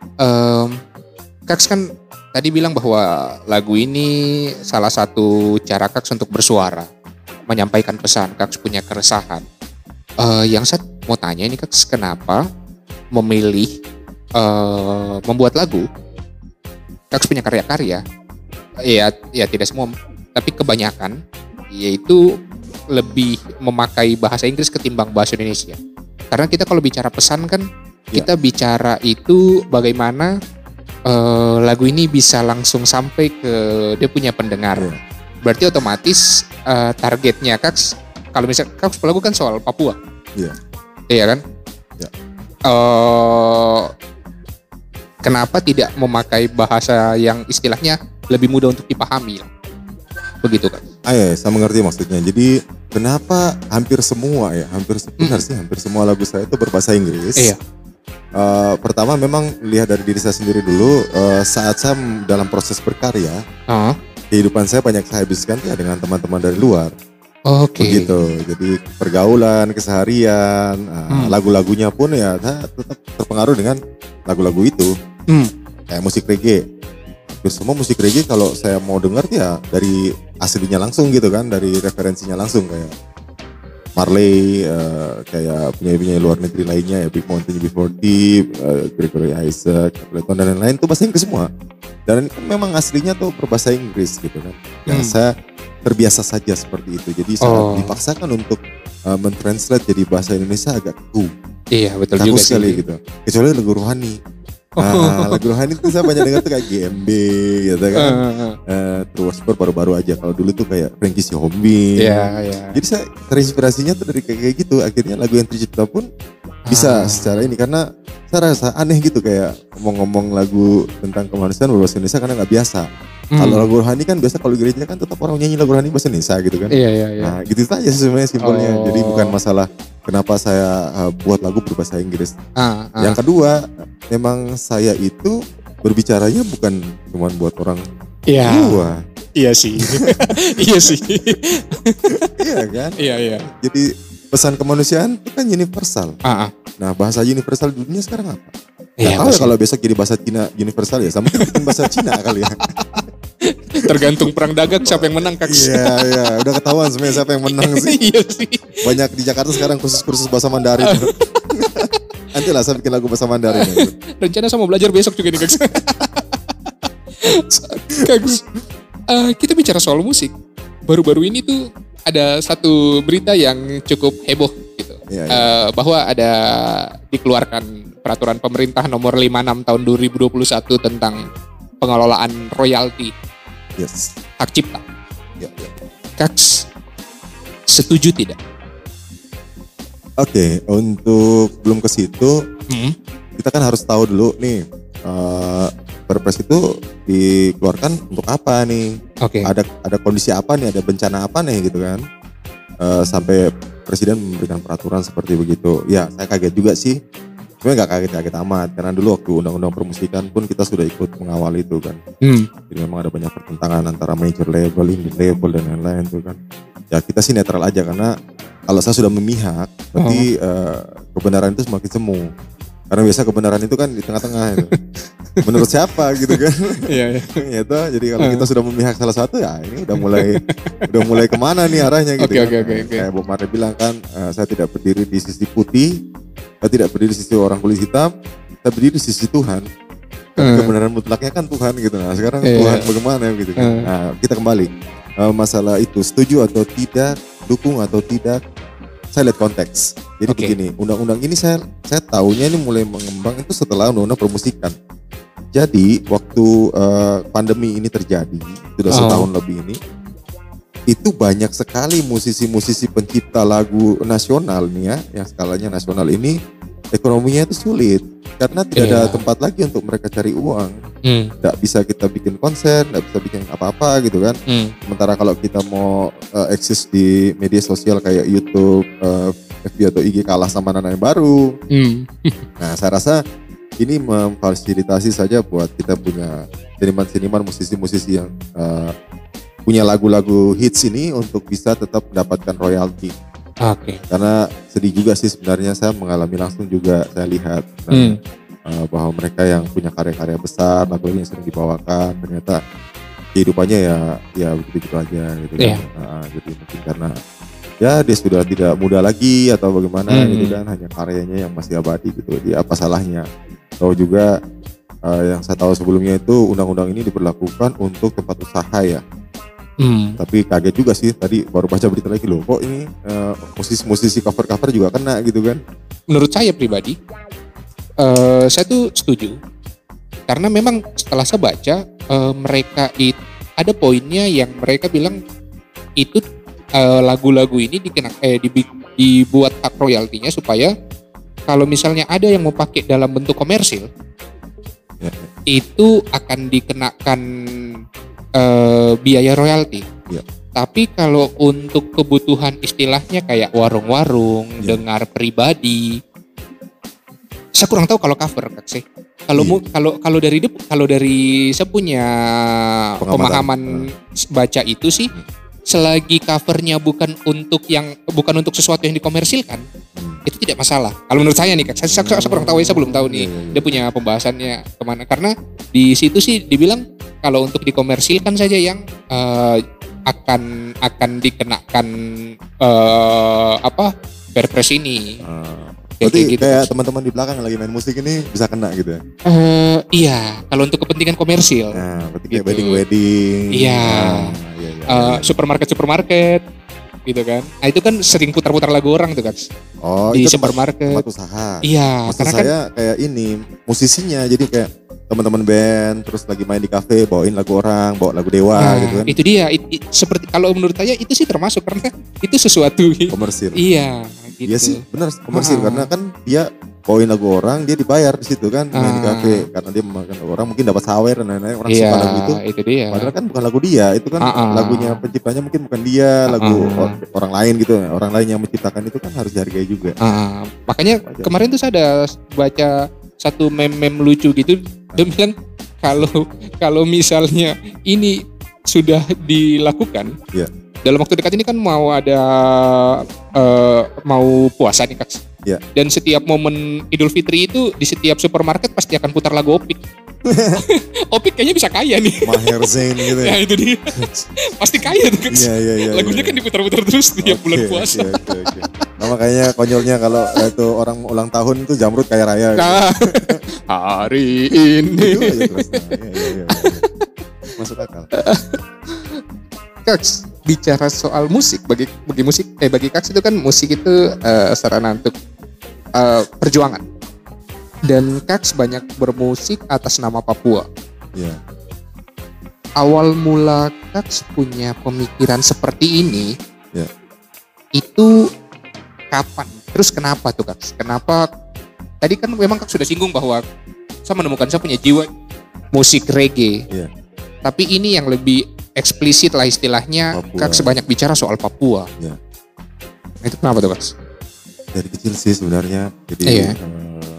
Kaks kan tadi bilang bahwa lagu ini salah satu cara Kaks untuk bersuara, menyampaikan pesan, Kaks punya keresahan. Yang saya mau tanya ini Kaks, kenapa memilih membuat lagu? Kaks punya karya-karya, ya tidak semua, tapi kebanyakan yaitu lebih memakai bahasa Inggris ketimbang bahasa Indonesia. Karena kita kalau bicara pesan kan, kita bicara itu bagaimana lagu ini bisa langsung sampai ke dia punya pendengar. Berarti otomatis targetnya Kaks, kalau misalnya Kaks lagu kan soal Papua, iya kan? Kenapa tidak memakai bahasa yang istilahnya lebih mudah untuk dipahami? Begitu kan? Saya mengerti maksudnya. Jadi kenapa hampir semua semua lagu saya itu berbahasa Inggris. Iya. Pertama memang lihat dari diri saya sendiri dulu. Saat saya dalam proses berkarya, kehidupan saya banyak saya habiskan ya dengan teman-teman dari luar. Begitu. Jadi pergaulan, keseharian, lagu-lagunya pun ya saya tetap terpengaruh dengan lagu-lagu itu. Kayak musik reggae. Hampir semua musik reggae kalau saya mau dengar ya dari aslinya langsung gitu kan, dari referensinya langsung kayak Marley, kayak penyanyi-penyanyi luar negeri lainnya ya, Big Mountain UB40, Gregory Isaac, Clapton dan lain-lain itu bahasa Inggris semua. Dan memang aslinya tuh berbahasa Inggris gitu kan. Yang saya terbiasa saja seperti itu. Jadi saya dipaksakan untuk mentranslate jadi bahasa Indonesia agak kaku. Iya, betul juga sih. Sekali gitu. Kecuali lagu rohani. Lagu rohani itu saya banyak dengar tuh kayak GMB gitu kan. Terus baru-baru aja. Kalau dulu tuh kayak Frankie Sihombing. Jadi saya terinspirasinya tuh dari kayak gitu. Akhirnya lagu yang tercipta pun bisa secara ini. Karena saya rasa aneh gitu kayak ngomong-ngomong lagu tentang kemanusiaan berbahasa Indonesia karena gak biasa. Kalau lagu rohani kan biasa kalau gereja kan tetap orang nyanyi lagu rohani bahasa Indonesia gitu kan. Nah gitu aja sebenarnya simpelnya. Jadi bukan masalah kenapa saya buat lagu berbahasa Inggris. Yang kedua, memang saya itu berbicaranya bukan cuma buat orang tua. Iya sih. Iya sih. Iya kan? Iya. Jadi pesan kemanusiaan itu kan universal. Nah bahasa universal di dunia sekarang apa? Tahu ya kalau besok jadi bahasa Cina universal ya, sama mungkin bahasa Cina kali ya. Tergantung perang dagang siapa yang menang Kaks. Iya, udah ketahuan sebenarnya siapa yang menang sih. Iya sih. Banyak di Jakarta sekarang kursus bahasa Mandarin. Nanti lah saya bikin lagu bahasa Mandarin. Rencana saya mau belajar besok juga nih Kaks. Kaks, kita bicara soal musik. Baru-baru ini tuh ada satu berita yang cukup heboh gitu. Bahwa ada dikeluarkan peraturan pemerintah nomor 56 tahun 2021 tentang pengelolaan royalti. Hak cipta. Kaks, setuju tidak? Oke, untuk belum ke situ, kita kan harus tahu dulu nih, Perpres itu dikeluarkan untuk apa nih? Ada kondisi apa nih? Ada bencana apa nih gitu kan? Sampai Presiden memberikan peraturan seperti begitu. Ya, saya kaget juga sih. Sebenarnya nggak kaget-kaget amat karena dulu waktu undang-undang permusikan pun kita sudah ikut mengawal itu kan. Jadi memang ada banyak pertentangan antara major label, indie label dan lain-lain tuh kan. Ya kita sih netral aja karena kalau saya sudah memihak berarti kebenaran itu semakin semu. Karena biasa kebenaran itu kan di tengah-tengah itu. Menurut siapa gitu kan? Iya. Gitu. Jadi kalau kita sudah memihak salah satu ya ini udah mulai kemana nih arahnya gitu. Oke. Kayak Bob Marley bilang kan, saya tidak berdiri di sisi putih, saya tidak berdiri di sisi orang kulit hitam, saya berdiri di sisi Tuhan. Kebenaran mutlaknya kan Tuhan gitu. Nah sekarang Tuhan bagaimana gitu kan? Nah kita kembali masalah itu setuju atau tidak, dukung atau tidak. Saya lihat konteks. Jadi begini, undang-undang ini saya tahunya ini mulai mengembang itu setelah undang-undang permusikan. Jadi waktu pandemi ini terjadi, sudah setahun lebih ini, itu banyak sekali musisi-musisi pencipta lagu nasional nih ya, yang skalanya nasional ini ekonominya itu sulit karena tidak ada tempat lagi untuk mereka cari uang. Nggak bisa kita bikin konser, nggak bisa bikin apa-apa gitu kan. Sementara kalau kita mau eksis di media sosial kayak YouTube, FB atau IG kalah sama anak yang baru. Nah saya rasa ini memfasilitasi saja buat kita punya seniman-seniman, musisi-musisi yang punya lagu-lagu hits ini untuk bisa tetap mendapatkan royalti. Karena sedih juga sih sebenarnya, saya mengalami langsung juga, saya lihat bahwa mereka yang punya karya-karya besar, lagu-lagu yang sering dibawakan, ternyata kehidupannya ya begitu-begitu aja gitu kan. Jadi mungkin karena ya dia sudah tidak muda lagi atau bagaimana gitu kan, hanya karyanya yang masih abadi gitu. Jadi apa salahnya? Tahu juga yang saya tahu sebelumnya itu undang-undang ini diberlakukan untuk tempat usaha ya. Tapi kaget juga sih, tadi baru baca berita lagi loh, kok ini musisi-musisi cover-cover juga kena gitu kan. Menurut saya pribadi, saya tuh setuju. Karena memang setelah saya baca, mereka ada poinnya yang mereka bilang itu lagu-lagu ini dibuat hak royaltinya supaya kalau misalnya ada yang mau pakai dalam bentuk komersil, itu akan dikenakan biaya royalti. Tapi kalau untuk kebutuhan istilahnya kayak warung-warung, dengar pribadi, saya kurang tahu kalau cover Kak sih. Kalau dari saya punya pemahaman baca itu sih, selagi covernya bukan untuk sesuatu yang dikomersilkan, itu tidak masalah. Kalau menurut saya nih Kak, saya kurang tahu, saya belum tahu nih dia punya pembahasannya kemana. Karena di situ sih dibilang kalau untuk dikomersilkan saja yang akan dikenakan perpres ini. Berarti gitu, kayak teman-teman di belakang yang lagi main musik ini bisa kena gitu ya? Iya, kalau untuk kepentingan komersil. Nah, berarti kayak wedding. Iya. Supermarket gitu kan. Nah itu kan sering putar-putar lagu orang tuh kan. Di itu supermarket. Tempat usaha. Iya. Maksud saya kayak ini musisinya, jadi kayak teman-teman band terus lagi main di kafe bawain lagu orang, bawa lagu Dewa gitu kan. Itu dia, seperti kalau menurut saya itu sih termasuk karena itu sesuatu komersil. Iya. Gitu. Iya sih, benar komersil karena kan dia bawain lagu orang, dia dibayar di situ kan main di kafe karena dia memakan orang, mungkin dapat sawer dan lain-lain, orang suka lagu itu dia. Padahal kan bukan lagu dia, itu kan lagunya penciptanya mungkin bukan dia, lagu orang lain gitu, orang lain yang menciptakan itu kan harus dihargai juga. Makanya kemarin tuh saya ada baca satu meme lucu gitu, dia bilang kalau misalnya ini sudah dilakukan. Dalam waktu dekat ini kan mau ada mau puasa nih Kak. Dan setiap momen Idul Fitri itu di setiap supermarket pasti akan putar lagu Opik. Opik kayaknya bisa kaya nih. Maher Zain gitu ya. Ya itu dia. Pasti kaya tuh Kak. Lagunya kan diputar-putar terus setiap bulan puasa. Nah, makanya konyolnya kalau itu orang ulang tahun itu Jamrud kaya raya. Gitu. Hari ini. Masuk akal. Kak, bicara soal musik, bagi Kak itu kan musik itu sarana untuk perjuangan. Dan Kak banyak bermusik atas nama Papua. Awal mula Kak punya pemikiran seperti ini, itu kapan? Terus kenapa tuh Kak? Kenapa? Tadi kan memang Kak sudah singgung bahwa saya punya jiwa musik reggae. Tapi ini yang lebih eksplisit lah istilahnya, Kak sebanyak bicara soal Papua. Itu kenapa tuh Kak? Dari kecil sih sebenarnya, jadi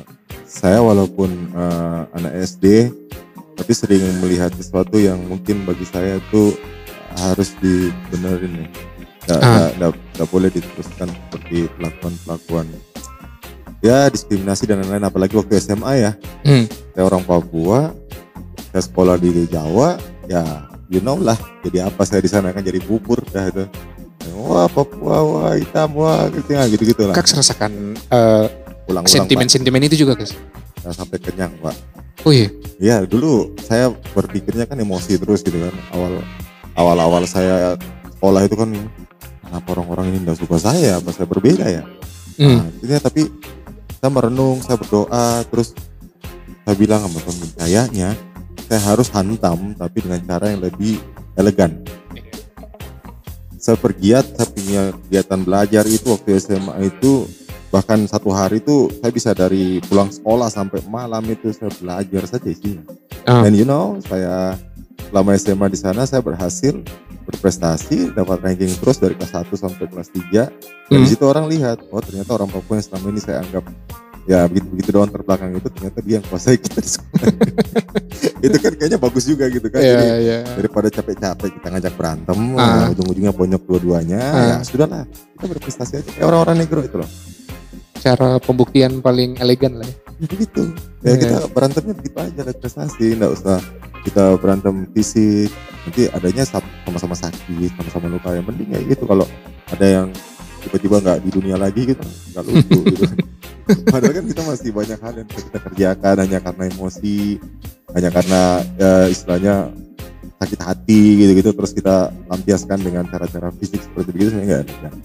Saya walaupun anak SD, tapi sering melihat sesuatu yang mungkin bagi saya itu harus dibenerin ya. Nggak boleh diteruskan seperti pelakuan ya diskriminasi dan lain-lain, apalagi waktu SMA ya. Saya orang Papua, saya sekolah di Jawa, ya you know lah. Jadi apa saya di sana kan jadi bubur dah itu. Wah Papua, wah hitam, wah gitu lah. Kak rasakan sentimen itu juga guys? Nah, sampai kenyang Pak. Oh iya? Iya dulu saya berpikirnya kan emosi terus gitu kan. Awal saya sekolah itu kan, kenapa orang-orang ini nggak suka saya, apa saya berbeda ya? Nah, tapi saya merenung, saya berdoa, terus saya bilang sama teman, kayaknya saya harus hantam tapi dengan cara yang lebih elegan. Saya bergiat, saya punya kegiatan belajar itu waktu SMA itu, bahkan satu hari itu saya bisa dari pulang sekolah sampai malam itu saya belajar saja isinya. Dan you know, saya selama SMA di sana saya berhasil berprestasi, dapat ranking terus dari kelas 1 sampai kelas 3. Dan di situ orang lihat, oh ternyata orang Papua yang selama ini saya anggap ya begitu doang terbelakang itu, ternyata dia yang kuasai kita di sekolah. Itu kan kayaknya bagus juga gitu kan. Jadi daripada capek-capek kita ngajak berantem, ujung-ujungnya bonyok dua-duanya, ya sudahlah kita berprestasi aja kayak orang-orang negro itu loh. Cara pembuktian paling elegan lah ya. Begitu. Ya kita berantemnya begitu aja, prestasi, enggak usah kita berantem fisik. Nanti adanya sama-sama sakit, sama-sama luka, yang penting ya gitu. Kalau ada yang tiba-tiba nggak di dunia lagi gitu, nggak lucu gitu. Padahal kan kita masih banyak hal yang kita kerjakan hanya karena emosi, hanya karena istilahnya sakit hati gitu-gitu, terus kita lampiaskan dengan cara-cara fisik seperti itu, sebenarnya nggak ada.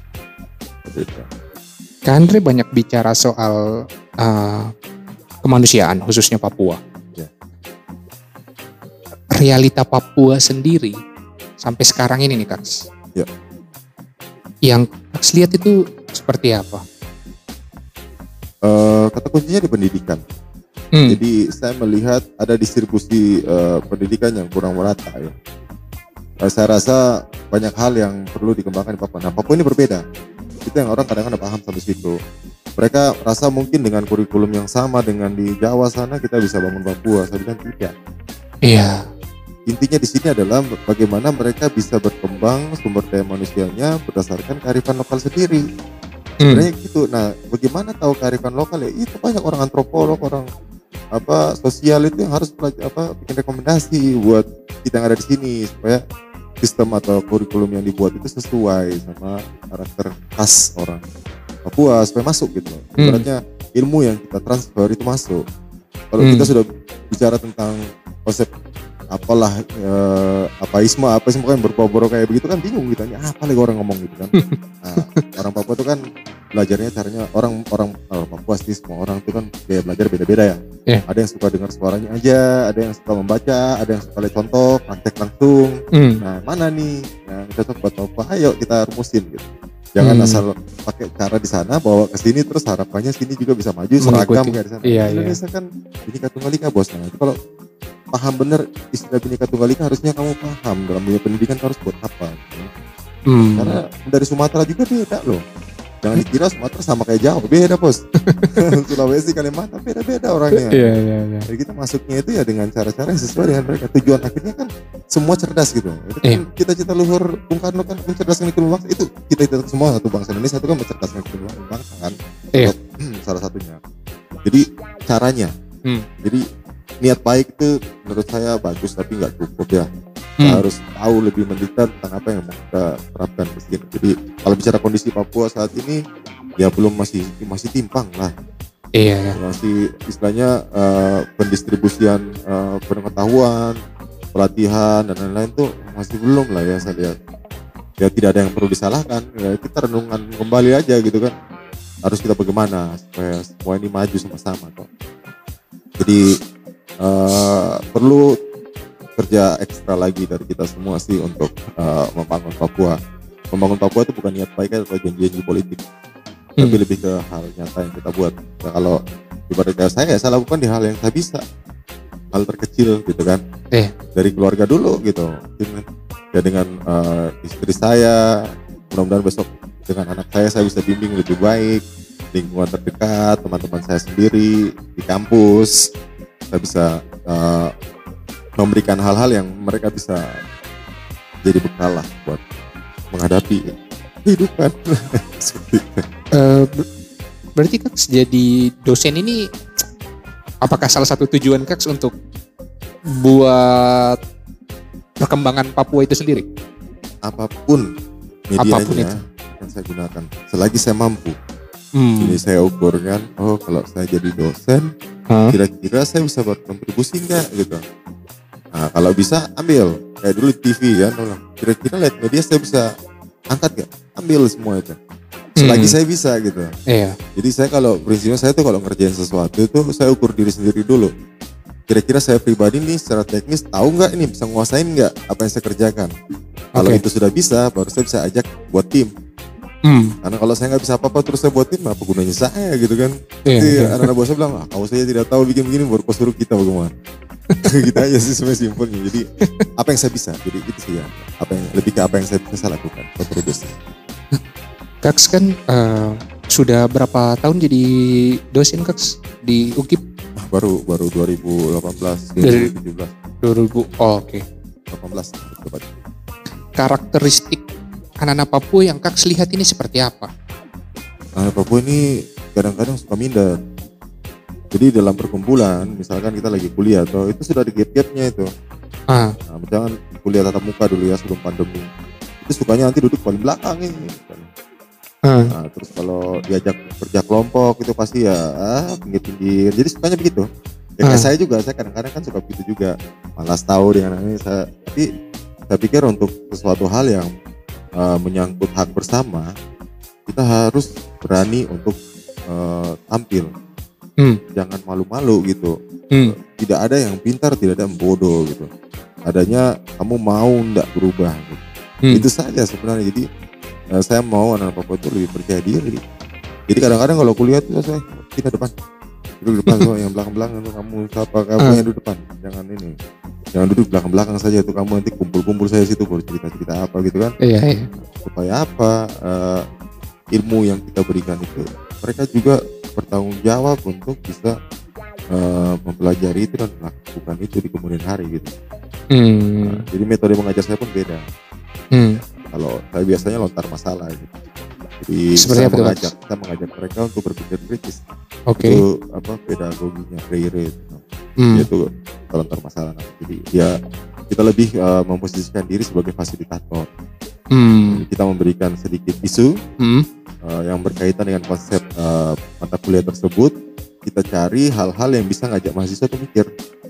Kak Andre banyak bicara soal kemanusiaan, khususnya Papua. Realita Papua sendiri sampai sekarang ini nih Kak. Yang Kak lihat itu seperti apa? Kata kuncinya di pendidikan. Jadi saya melihat ada distribusi pendidikan yang kurang merata ya. Saya rasa banyak hal yang perlu dikembangkan di Papua. Nah, Papua ini berbeda. Itu yang orang kadang-kadang paham sampai situ. Mereka rasa mungkin dengan kurikulum yang sama dengan di Jawa sana kita bisa bangun Papua. Saya bilang tidak. Iya. Intinya di sini adalah bagaimana mereka bisa berkembang sumber daya manusianya berdasarkan kearifan lokal sendiri. Sebenarnya gitu. Nah, bagaimana tahu kearifan lokal ya? Itu banyak orang antropolog, orang sosial itu yang harus bikin rekomendasi buat kita yang ada di sini supaya sistem atau kurikulum yang dibuat itu sesuai sama karakter khas orang Papua supaya masuk gitu. Sebenarnya ilmu yang kita transfer itu masuk. Kalau kita sudah bicara tentang konsep apaisme kan berbau-bau kayak begitu kan bingung gitu, apa lagi orang ngomong gitu kan. Nah, orang Papua itu kan belajarnya caranya orang Papua sih, semua orang itu kan gaya belajar beda-beda ya. Ada yang suka dengar suaranya aja, ada yang suka membaca, ada yang suka lihat contoh, praktek langsung. Nah, mana nih yang cocok buat Papua? Ayo kita rumusin gitu. Jangan asal pakai cara di sana bawa ke sini terus harapannya sini juga bisa maju seragam kayak di sana. Indonesia kan Bhinneka Tunggal Ika bos. Nah, itu kalau paham bener istilah Bhinneka Tunggal Ika harusnya kamu paham dalam dunia pendidikan harus buat apa. Karena dari Sumatera juga beda loh. Jangan dikira Sumatera sama kayak Jawa, beda bos. Sulawesi, Kalimantan beda-beda orangnya. Jadi kita masuknya itu ya dengan cara-cara yang sesuai dengan mereka. Tujuan akhirnya kan semua cerdas gitu. Itu kan cita-cita luhur Bung Karno kan mencerdaskan iklim bangsa, itu kita semua satu bangsa Indonesia itu kan mencerdaskan iklim bangsa kan. Salah satunya. Jadi caranya. Jadi niat baik itu menurut saya bagus tapi nggak cukup ya. Kita harus tahu lebih mendetail tentang apa yang mau kita terapkan di sini. Jadi kalau bicara kondisi Papua saat ini ya belum masih timpang lah. Masih istilahnya pendistribusian pengetahuan, pelatihan dan lain-lain tuh masih belum lah ya saya lihat. Ya tidak ada yang perlu disalahkan. Ya kita renungan kembali aja gitu kan. Harus kita bagaimana supaya semua ini maju sama-sama kok. Jadi perlu kerja ekstra lagi dari kita semua sih untuk membangun Papua. Membangun Papua itu bukan niat baik atau janji-janji politik, tapi lebih ke hal nyata yang kita buat. Nah, kalau ibaratnya saya lakukan di hal yang saya bisa, hal terkecil gitu kan, dari keluarga dulu gitu. Ya dengan istri saya, mudah-mudahan besok dengan anak saya bisa bimbing lebih baik. lingkungan terdekat, teman-teman saya sendiri di kampus, saya bisa memberikan hal-hal yang mereka bisa jadi bekal lah buat menghadapi kehidupan. Berarti Kak jadi dosen ini apakah salah satu tujuan Kak untuk buat perkembangan Papua itu sendiri? Apapun medianya akan saya gunakan selagi saya mampu. Jadi saya ukur kan, kalau saya jadi dosen, kira-kira saya bisa berkontribusi enggak gitu. Nah, kalau bisa ambil, kayak dulu TV kan, kira-kira lihat media saya bisa angkat gak? Ambil semua itu. Selagi saya bisa gitu. Iya. Jadi saya kalau prinsipnya saya tuh kalau ngerjain sesuatu itu saya ukur diri sendiri dulu. Kira-kira saya pribadi nih secara teknis tahu nggak ini bisa nguasain nggak apa yang saya kerjakan. Kalau itu sudah bisa, baru saya bisa ajak buat tim. Karena kalau saya nggak bisa apa-apa terus saya buat tim, apa gunanya saya gitu kan? Anak-anak bos saya bilang, kalau saya tidak tahu bikin begini baru kau suruh kita bagaimana? Gitu aja sih sebenarnya simpelnya. Jadi apa yang saya bisa, jadi itu sih ya. Lebih ke apa yang saya bisa lakukan, kontribusi. Kaks kan sudah berapa tahun jadi dosen Kaks di UKIP? Baru 2018, 2017. 2000, oke. 18 tepat. Karakteristik anak-anak Papua yang Kaks lihat ini seperti apa? Anak Papua ini kadang-kadang suka minder. Jadi dalam perkumpulan, misalkan kita lagi kuliah atau itu sudah ada gap-gapnya itu. Nah, misalkan kuliah tatap muka dulu ya sebelum pandemi. Itu sukanya nanti duduk paling belakang ini. Nah, terus kalau diajak kerja kelompok itu pasti ya pinggir-pinggir. Jadi sukanya begitu. Ya, kayak saya juga, saya kadang-kadang kan suka begitu juga. Malas tahu dengan ini tapi saya pikir untuk sesuatu hal yang menyangkut hak bersama, kita harus berani untuk tampil. Jangan malu-malu gitu. Tidak ada yang pintar, tidak ada yang bodoh gitu. Adanya kamu mau ndak berubah gitu. Itu saja sebenarnya. Jadi saya mau anak Papua itu lebih percaya diri. Jadi kadang-kadang kalau kuliah tuh saya kita depan, duduk depan semua, yang belakang-belakang tuh kamu siapa, kamu yang duduk depan, jangan duduk belakang-belakang saja tuh, kamu nanti kumpul-kumpul saya situ baru cerita-cerita apa gitu kan. Iya. Supaya apa, ilmu yang kita berikan itu mereka juga bertanggung jawab untuk bisa mempelajari itu dan melakukan itu di kemudian hari gitu. Jadi metode mengajar saya pun beda. Kalau saya biasanya lontar masalah gitu. Jadi saya mengajak mereka untuk berpikir kritis. Itu pedagoginya Freire gitu. Yaitu lontar masalah. Jadi kita lebih memposisikan diri sebagai fasilitator. Jadi kita memberikan sedikit isu yang berkaitan dengan konsep mata kuliah tersebut. Kita cari hal-hal yang bisa ngajak mahasiswa tuh mikir.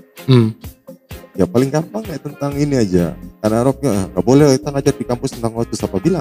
Ya paling gampang kayak tentang ini aja. Karena roknya nggak boleh kita ngajar di kampus tentang OSIS, apa bilang?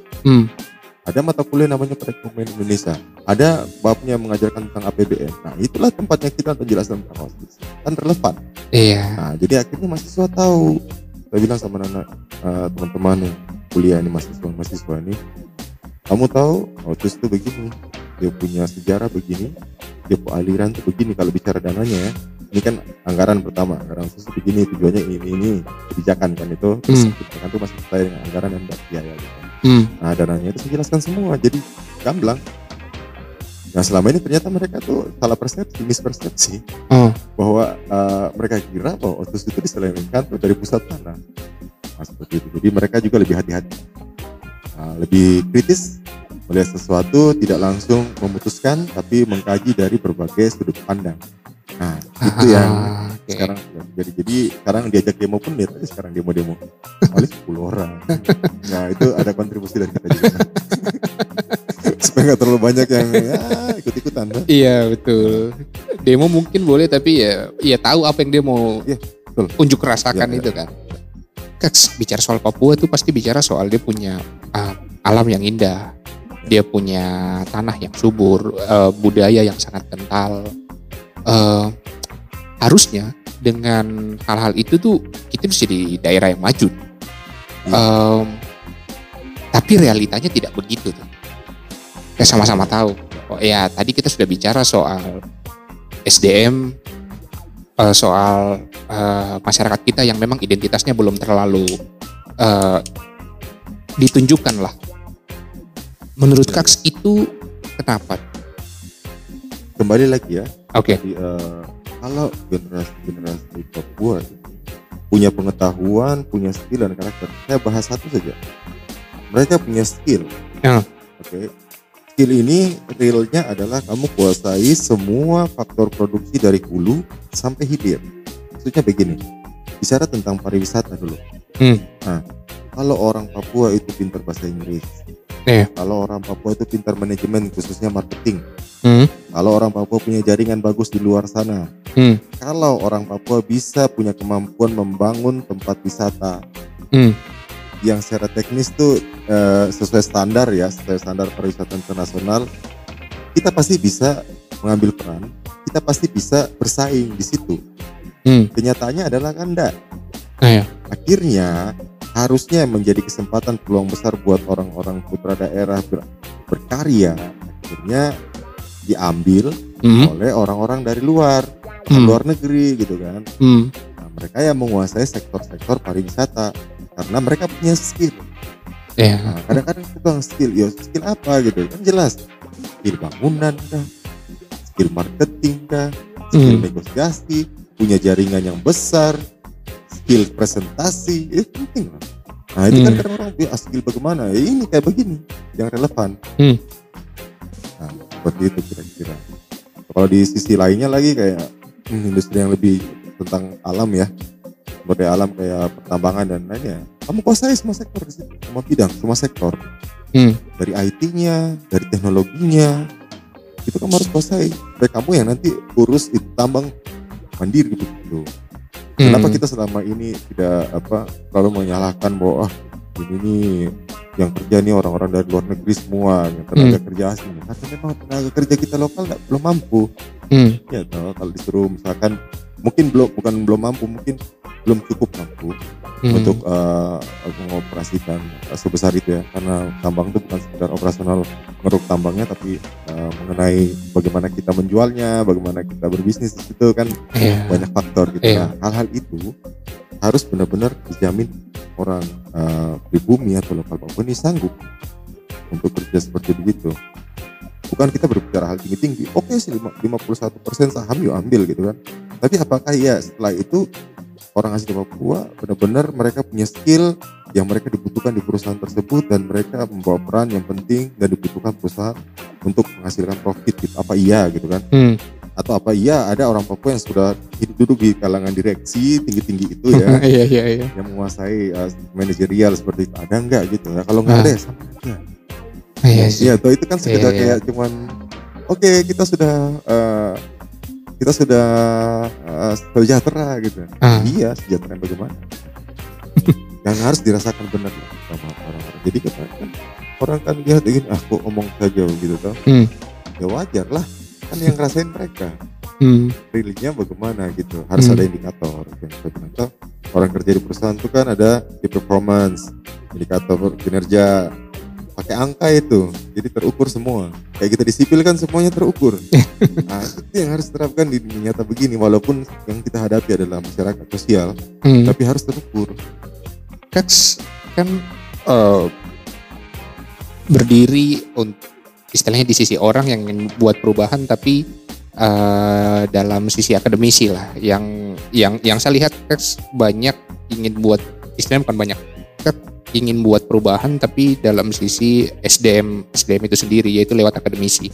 Ada mata kuliah namanya perekonomian Indonesia. Ada babnya mengajarkan tentang APBN. Nah itulah tempatnya kita untuk jelaskan tentang OSIS. Kan relevan. Iya. Nah jadi akhirnya mahasiswa tahu. Saya bilang sama anak teman-teman yang kuliah ini, mahasiswa ini, kamu tahu OSIS itu begini. Dia punya sejarah begini. Dia punya aliran itu begini. Kalau bicara dananya ya. Ini kan anggaran pertama, anggaran khusus begini, tujuannya ini kebijakan kan itu, terus kebijakan itu masih sesuai dengan anggaran dan biaya gitu. Nah dananya itu saya jelaskan semua, jadi gamblang. Nah selama ini ternyata mereka tuh salah persepsi, mispersepsi, bahwa mereka kira bahwa OSIS itu diselewengkan tuh dari pusat mana. Nah seperti itu, jadi mereka juga lebih hati-hati, lebih kritis, melihat sesuatu tidak langsung memutuskan, tapi mengkaji dari berbagai sudut pandang. Nah itu yang sekarang jadi sekarang diajak demo pun lihat aja sekarang demo paling 10 orang. Nah itu ada kontribusi dari kita juga supaya nggak terlalu banyak yang ikut-ikutan. Iya betul, demo mungkin boleh tapi ya tahu apa yang dia mau unjuk rasakan itu kan. Kaks, bicara soal Papua itu pasti bicara soal dia punya alam yang indah, dia punya tanah yang subur, budaya yang sangat kental. Harusnya dengan hal-hal itu tuh kita bisa di daerah yang maju. Tapi realitanya tidak begitu tuh. Kita sama-sama tahu. Tadi kita sudah bicara soal SDM, soal masyarakat kita yang memang identitasnya belum terlalu ditunjukkan lah. Menurut Kaks itu kenapa? kembali lagi ya. Oke. Jadi, kalau generasi Papua ini punya pengetahuan, punya skill dan karakter. Saya bahas satu saja. Mereka punya skill. Oke. Skill ini realnya adalah kamu kuasai semua faktor produksi dari hulu sampai hilir. Maksudnya begini, bicara tentang pariwisata dulu. Nah, kalau orang Papua itu pintar bahasa Inggris, kalau orang Papua itu pintar manajemen khususnya marketing, kalau orang Papua punya jaringan bagus di luar sana, kalau orang Papua bisa punya kemampuan membangun tempat wisata yang secara teknis tuh sesuai standar ya, sesuai standar pariwisata internasional, kita pasti bisa mengambil peran, kita pasti bisa bersaing di situ. Kenyataannya adalah kan enggak. Akhirnya harusnya menjadi kesempatan peluang besar buat orang-orang putra daerah berkarya, akhirnya diambil oleh orang-orang dari luar negeri gitu kan. Nah, mereka yang menguasai sektor-sektor pariwisata karena mereka punya skill. Nah, kadang-kadang kita bilang skill apa gitu kan, jelas skill bangunan kah, skill marketing kah, skill negosiasi, punya jaringan yang besar, skill presentasi, itu penting lah. Nah itu kan kadang orang bilang skill bagaimana, ya ini kayak begini yang relevan. Nah seperti itu kira-kira. Kalau di sisi lainnya lagi kayak industri yang lebih tentang alam ya, sumber daya alam kayak pertambangan dan lainnya, kamu kuasai semua sektor di situ, semua bidang, semua sektor. Dari IT-nya, dari teknologinya, itu kamu harus kuasai. Supaya kamu yang nanti urus itu tambang mandiri begitu. Kenapa kita selama ini tidak selalu menyalahkan bahwa ini nih yang kerja nih orang-orang dari luar negeri semua, yang tenaga kerja asing. Karena memang tenaga kerja kita lokal belum mampu. Ya toh, kalau disuruh misalkan mungkin belum mampu, mungkin belum cukup mampu untuk mengoperasikan sebesar itu ya, karena tambang itu bukan sekedar operasional ngeruk tambangnya, tapi mengenai bagaimana kita menjualnya, bagaimana kita berbisnis di situ kan banyak faktor gitu. Nah, hal-hal itu harus benar-benar dijamin orang pribumi atau lokal Papua ini sanggup untuk kerja seperti begitu. Bukan kita berbicara hal tinggi-tinggi, oke sih 51% saham yuk ambil gitu kan. Tapi apakah ya setelah itu orang asli Papua benar-benar mereka punya skill yang mereka dibutuhkan di perusahaan tersebut dan mereka membawa peran yang penting dan dibutuhkan perusahaan untuk menghasilkan profit gitu. Apa iya gitu kan? Atau apa iya ada orang Papua yang sudah duduk di kalangan direksi tinggi-tinggi itu ya, yang menguasai manajerial seperti itu, ada enggak gitu ya? Kalau enggak ada ya sama aja. Iya, toh itu kan sekedar kayak cuman oke, kita sudah sejahtera gitu. Iya, sejahtera bagaimana? Yang harus dirasakan benar sama orang-orang. Jadi kan orang kan lihat ingin kok omong saja gitu toh. Ya wajar lah, kan yang ngerasain mereka. Realnya bagaimana gitu. Harus ada indikator. Contoh, orang kerja di perusahaan itu kan ada di performance, indikator kinerja, pakai angka itu, jadi terukur semua. Kayak kita di sipil kan semuanya terukur. Nah itu yang harus diterapkan di dunia nyata begini, walaupun yang kita hadapi adalah masyarakat sosial, tapi harus terukur. Kan berdiri untuk istilahnya di sisi orang yang ingin buat perubahan, tapi dalam sisi akademisi lah, yang saya lihat banyak ingin buat, istilahnya bukan banyak, ingin buat perubahan tapi dalam sisi SDM itu sendiri, yaitu lewat akademisi.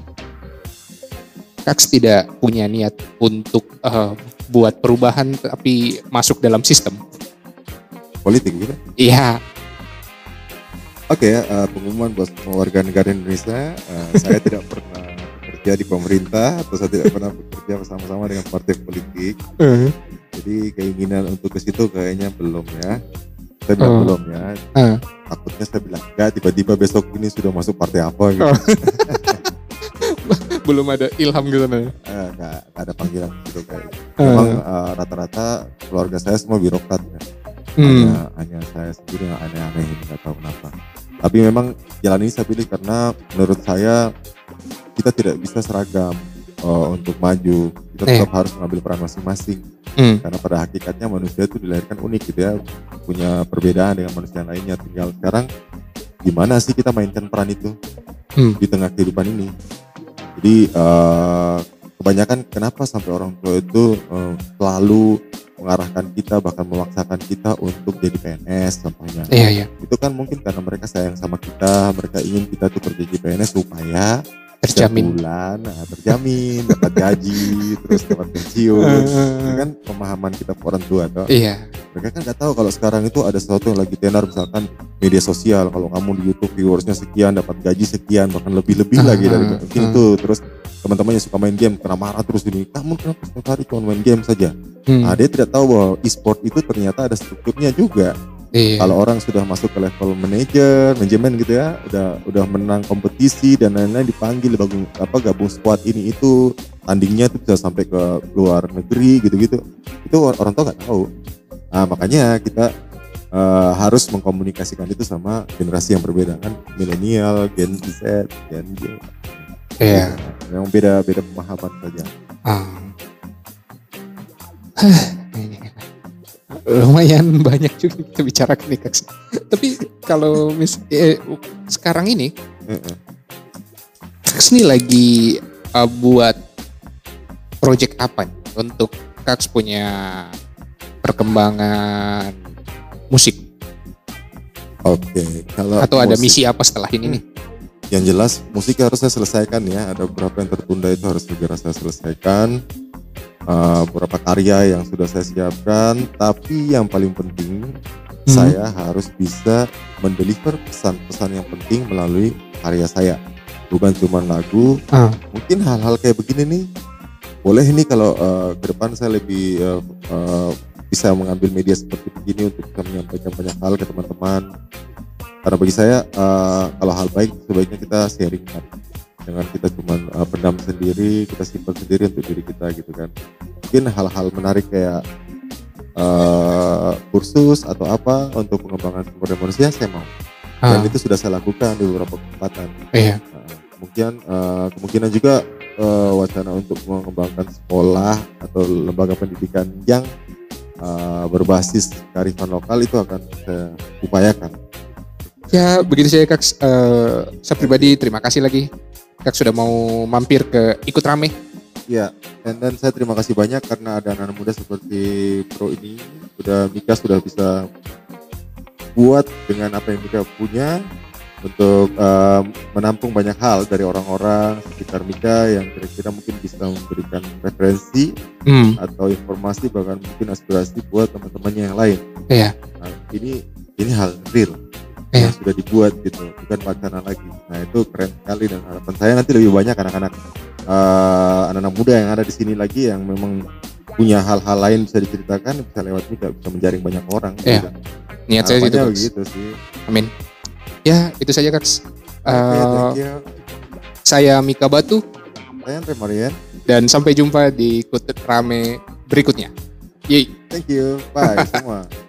Kaks tidak punya niat untuk buat perubahan tapi masuk dalam sistem politik gitu? Iya. Oke, pengumuman buat semua warga negara Indonesia, saya tidak pernah bekerja di pemerintah atau saya tidak pernah bekerja bersama-sama dengan partai politik. Jadi keinginan untuk ke situ kayaknya belum ya. Saya bilang belum ya, takutnya saya bilang enggak, tiba-tiba besok ini sudah masuk partai apa gitu. Belum ada ilham gitu nih? Enggak ada panggilan gitu kayak. Memang rata-rata keluarga saya semua birokrat ya. Hanya saya sendiri yang aneh-aneh ini, nggak tahu kenapa. Tapi memang jalan ini saya pilih karena menurut saya kita tidak bisa seragam untuk maju. Kita tetap harus mengambil peran masing-masing. Karena pada hakikatnya manusia itu dilahirkan unik gitu ya, punya perbedaan dengan manusia lainnya. Tinggal sekarang gimana sih kita mainkan peran itu di tengah kehidupan ini. Jadi kebanyakan kenapa sampai orang tua itu selalu mengarahkan kita, bahkan memaksakan kita untuk jadi PNS contohnya. Iya. Itu kan mungkin karena mereka sayang sama kita, mereka ingin kita tuh kerja di PNS supaya terjamin bulan, terjamin dapat gaji, terus dapat pensiun. Ini kan pemahaman kita orang tua toh. Iya. Mereka kan nggak tahu kalau sekarang itu ada sesuatu yang lagi tenar, misalkan media sosial. Kalau kamu di YouTube viewersnya sekian, dapat gaji sekian, bahkan lebih lagi dari mungkin itu. Terus teman-teman yang suka main game kena marah terus ini, kamu kenapa setiap hari cuma main game saja? Nah, dia tidak tahu bahwa e-sport itu ternyata ada strukturnya juga. Iya. Kalau orang sudah masuk ke level manajemen gitu ya, udah menang kompetisi dan lain-lain, dipanggil gabung squad ini itu, tandingnya tuh bisa sampai ke luar negeri gitu-gitu. Itu orang tua nggak tahu. Nah, makanya kita harus mengkomunikasikan itu sama generasi yang berbeda kan, milenial, Gen Z, Gen Y. Iya. Yang beda pemahaman saja. Lumayan banyak juga kita bicarakan nih Kak. Tapi kalau sekarang ini Kak ini lagi buat project apa nih untuk Kak punya perkembangan musik? Oke, kalau atau ada misi apa setelah ini nih? Yang jelas musik harus saya selesaikan ya. Ada beberapa yang tertunda itu harus segera saya selesaikan. Beberapa karya yang sudah saya siapkan, tapi yang paling penting saya harus bisa mendeliver pesan-pesan yang penting melalui karya saya, bukan cuma lagu. Mungkin hal-hal kayak begini nih boleh nih kalau ke depan saya lebih bisa mengambil media seperti begini untuk bisa menyampaikan banyak hal ke teman-teman, karena bagi saya kalau hal baik sebaiknya kita sharing kan. Jangan kita cuma pendam sendiri, kita simpan sendiri untuk diri kita gitu kan. Mungkin hal-hal menarik kayak kursus atau apa untuk pengembangan sumber daya manusia saya mau. Dan itu sudah saya lakukan di beberapa kesempatan. Iya. Kemungkinan juga wacana untuk mengembangkan sekolah atau lembaga pendidikan yang berbasis kearifan lokal itu akan saya upayakan. Ya begitu saya Kak. Saya pribadi terima kasih lagi Kak sudah mau mampir ke Ikut Rame. Ya, dan saya terima kasih banyak karena ada anak-anak muda seperti Bro ini, Mika sudah bisa buat dengan apa yang Mika punya untuk menampung banyak hal dari orang-orang sekitar Mika yang kira-kira mungkin bisa memberikan referensi atau informasi, bahkan mungkin aspirasi buat teman-temannya yang lain. Iya. Nah, ini hal real. Yang sudah dibuat gitu, bukan wacana lagi. Nah itu keren sekali, dan harapan saya nanti lebih banyak anak-anak muda yang ada di sini lagi yang memang punya hal-hal lain bisa diceritakan, bisa lewat Mika, bisa menjaring banyak orang. Iya. Gitu. Niat saya gitu begitu sih. Amin. Ya itu saja Kak. Thank you. Saya Mika Batu. Saya Andre Marian. Dan sampai jumpa di Ikut Rame berikutnya. Yeay. Thank you. Bye semua.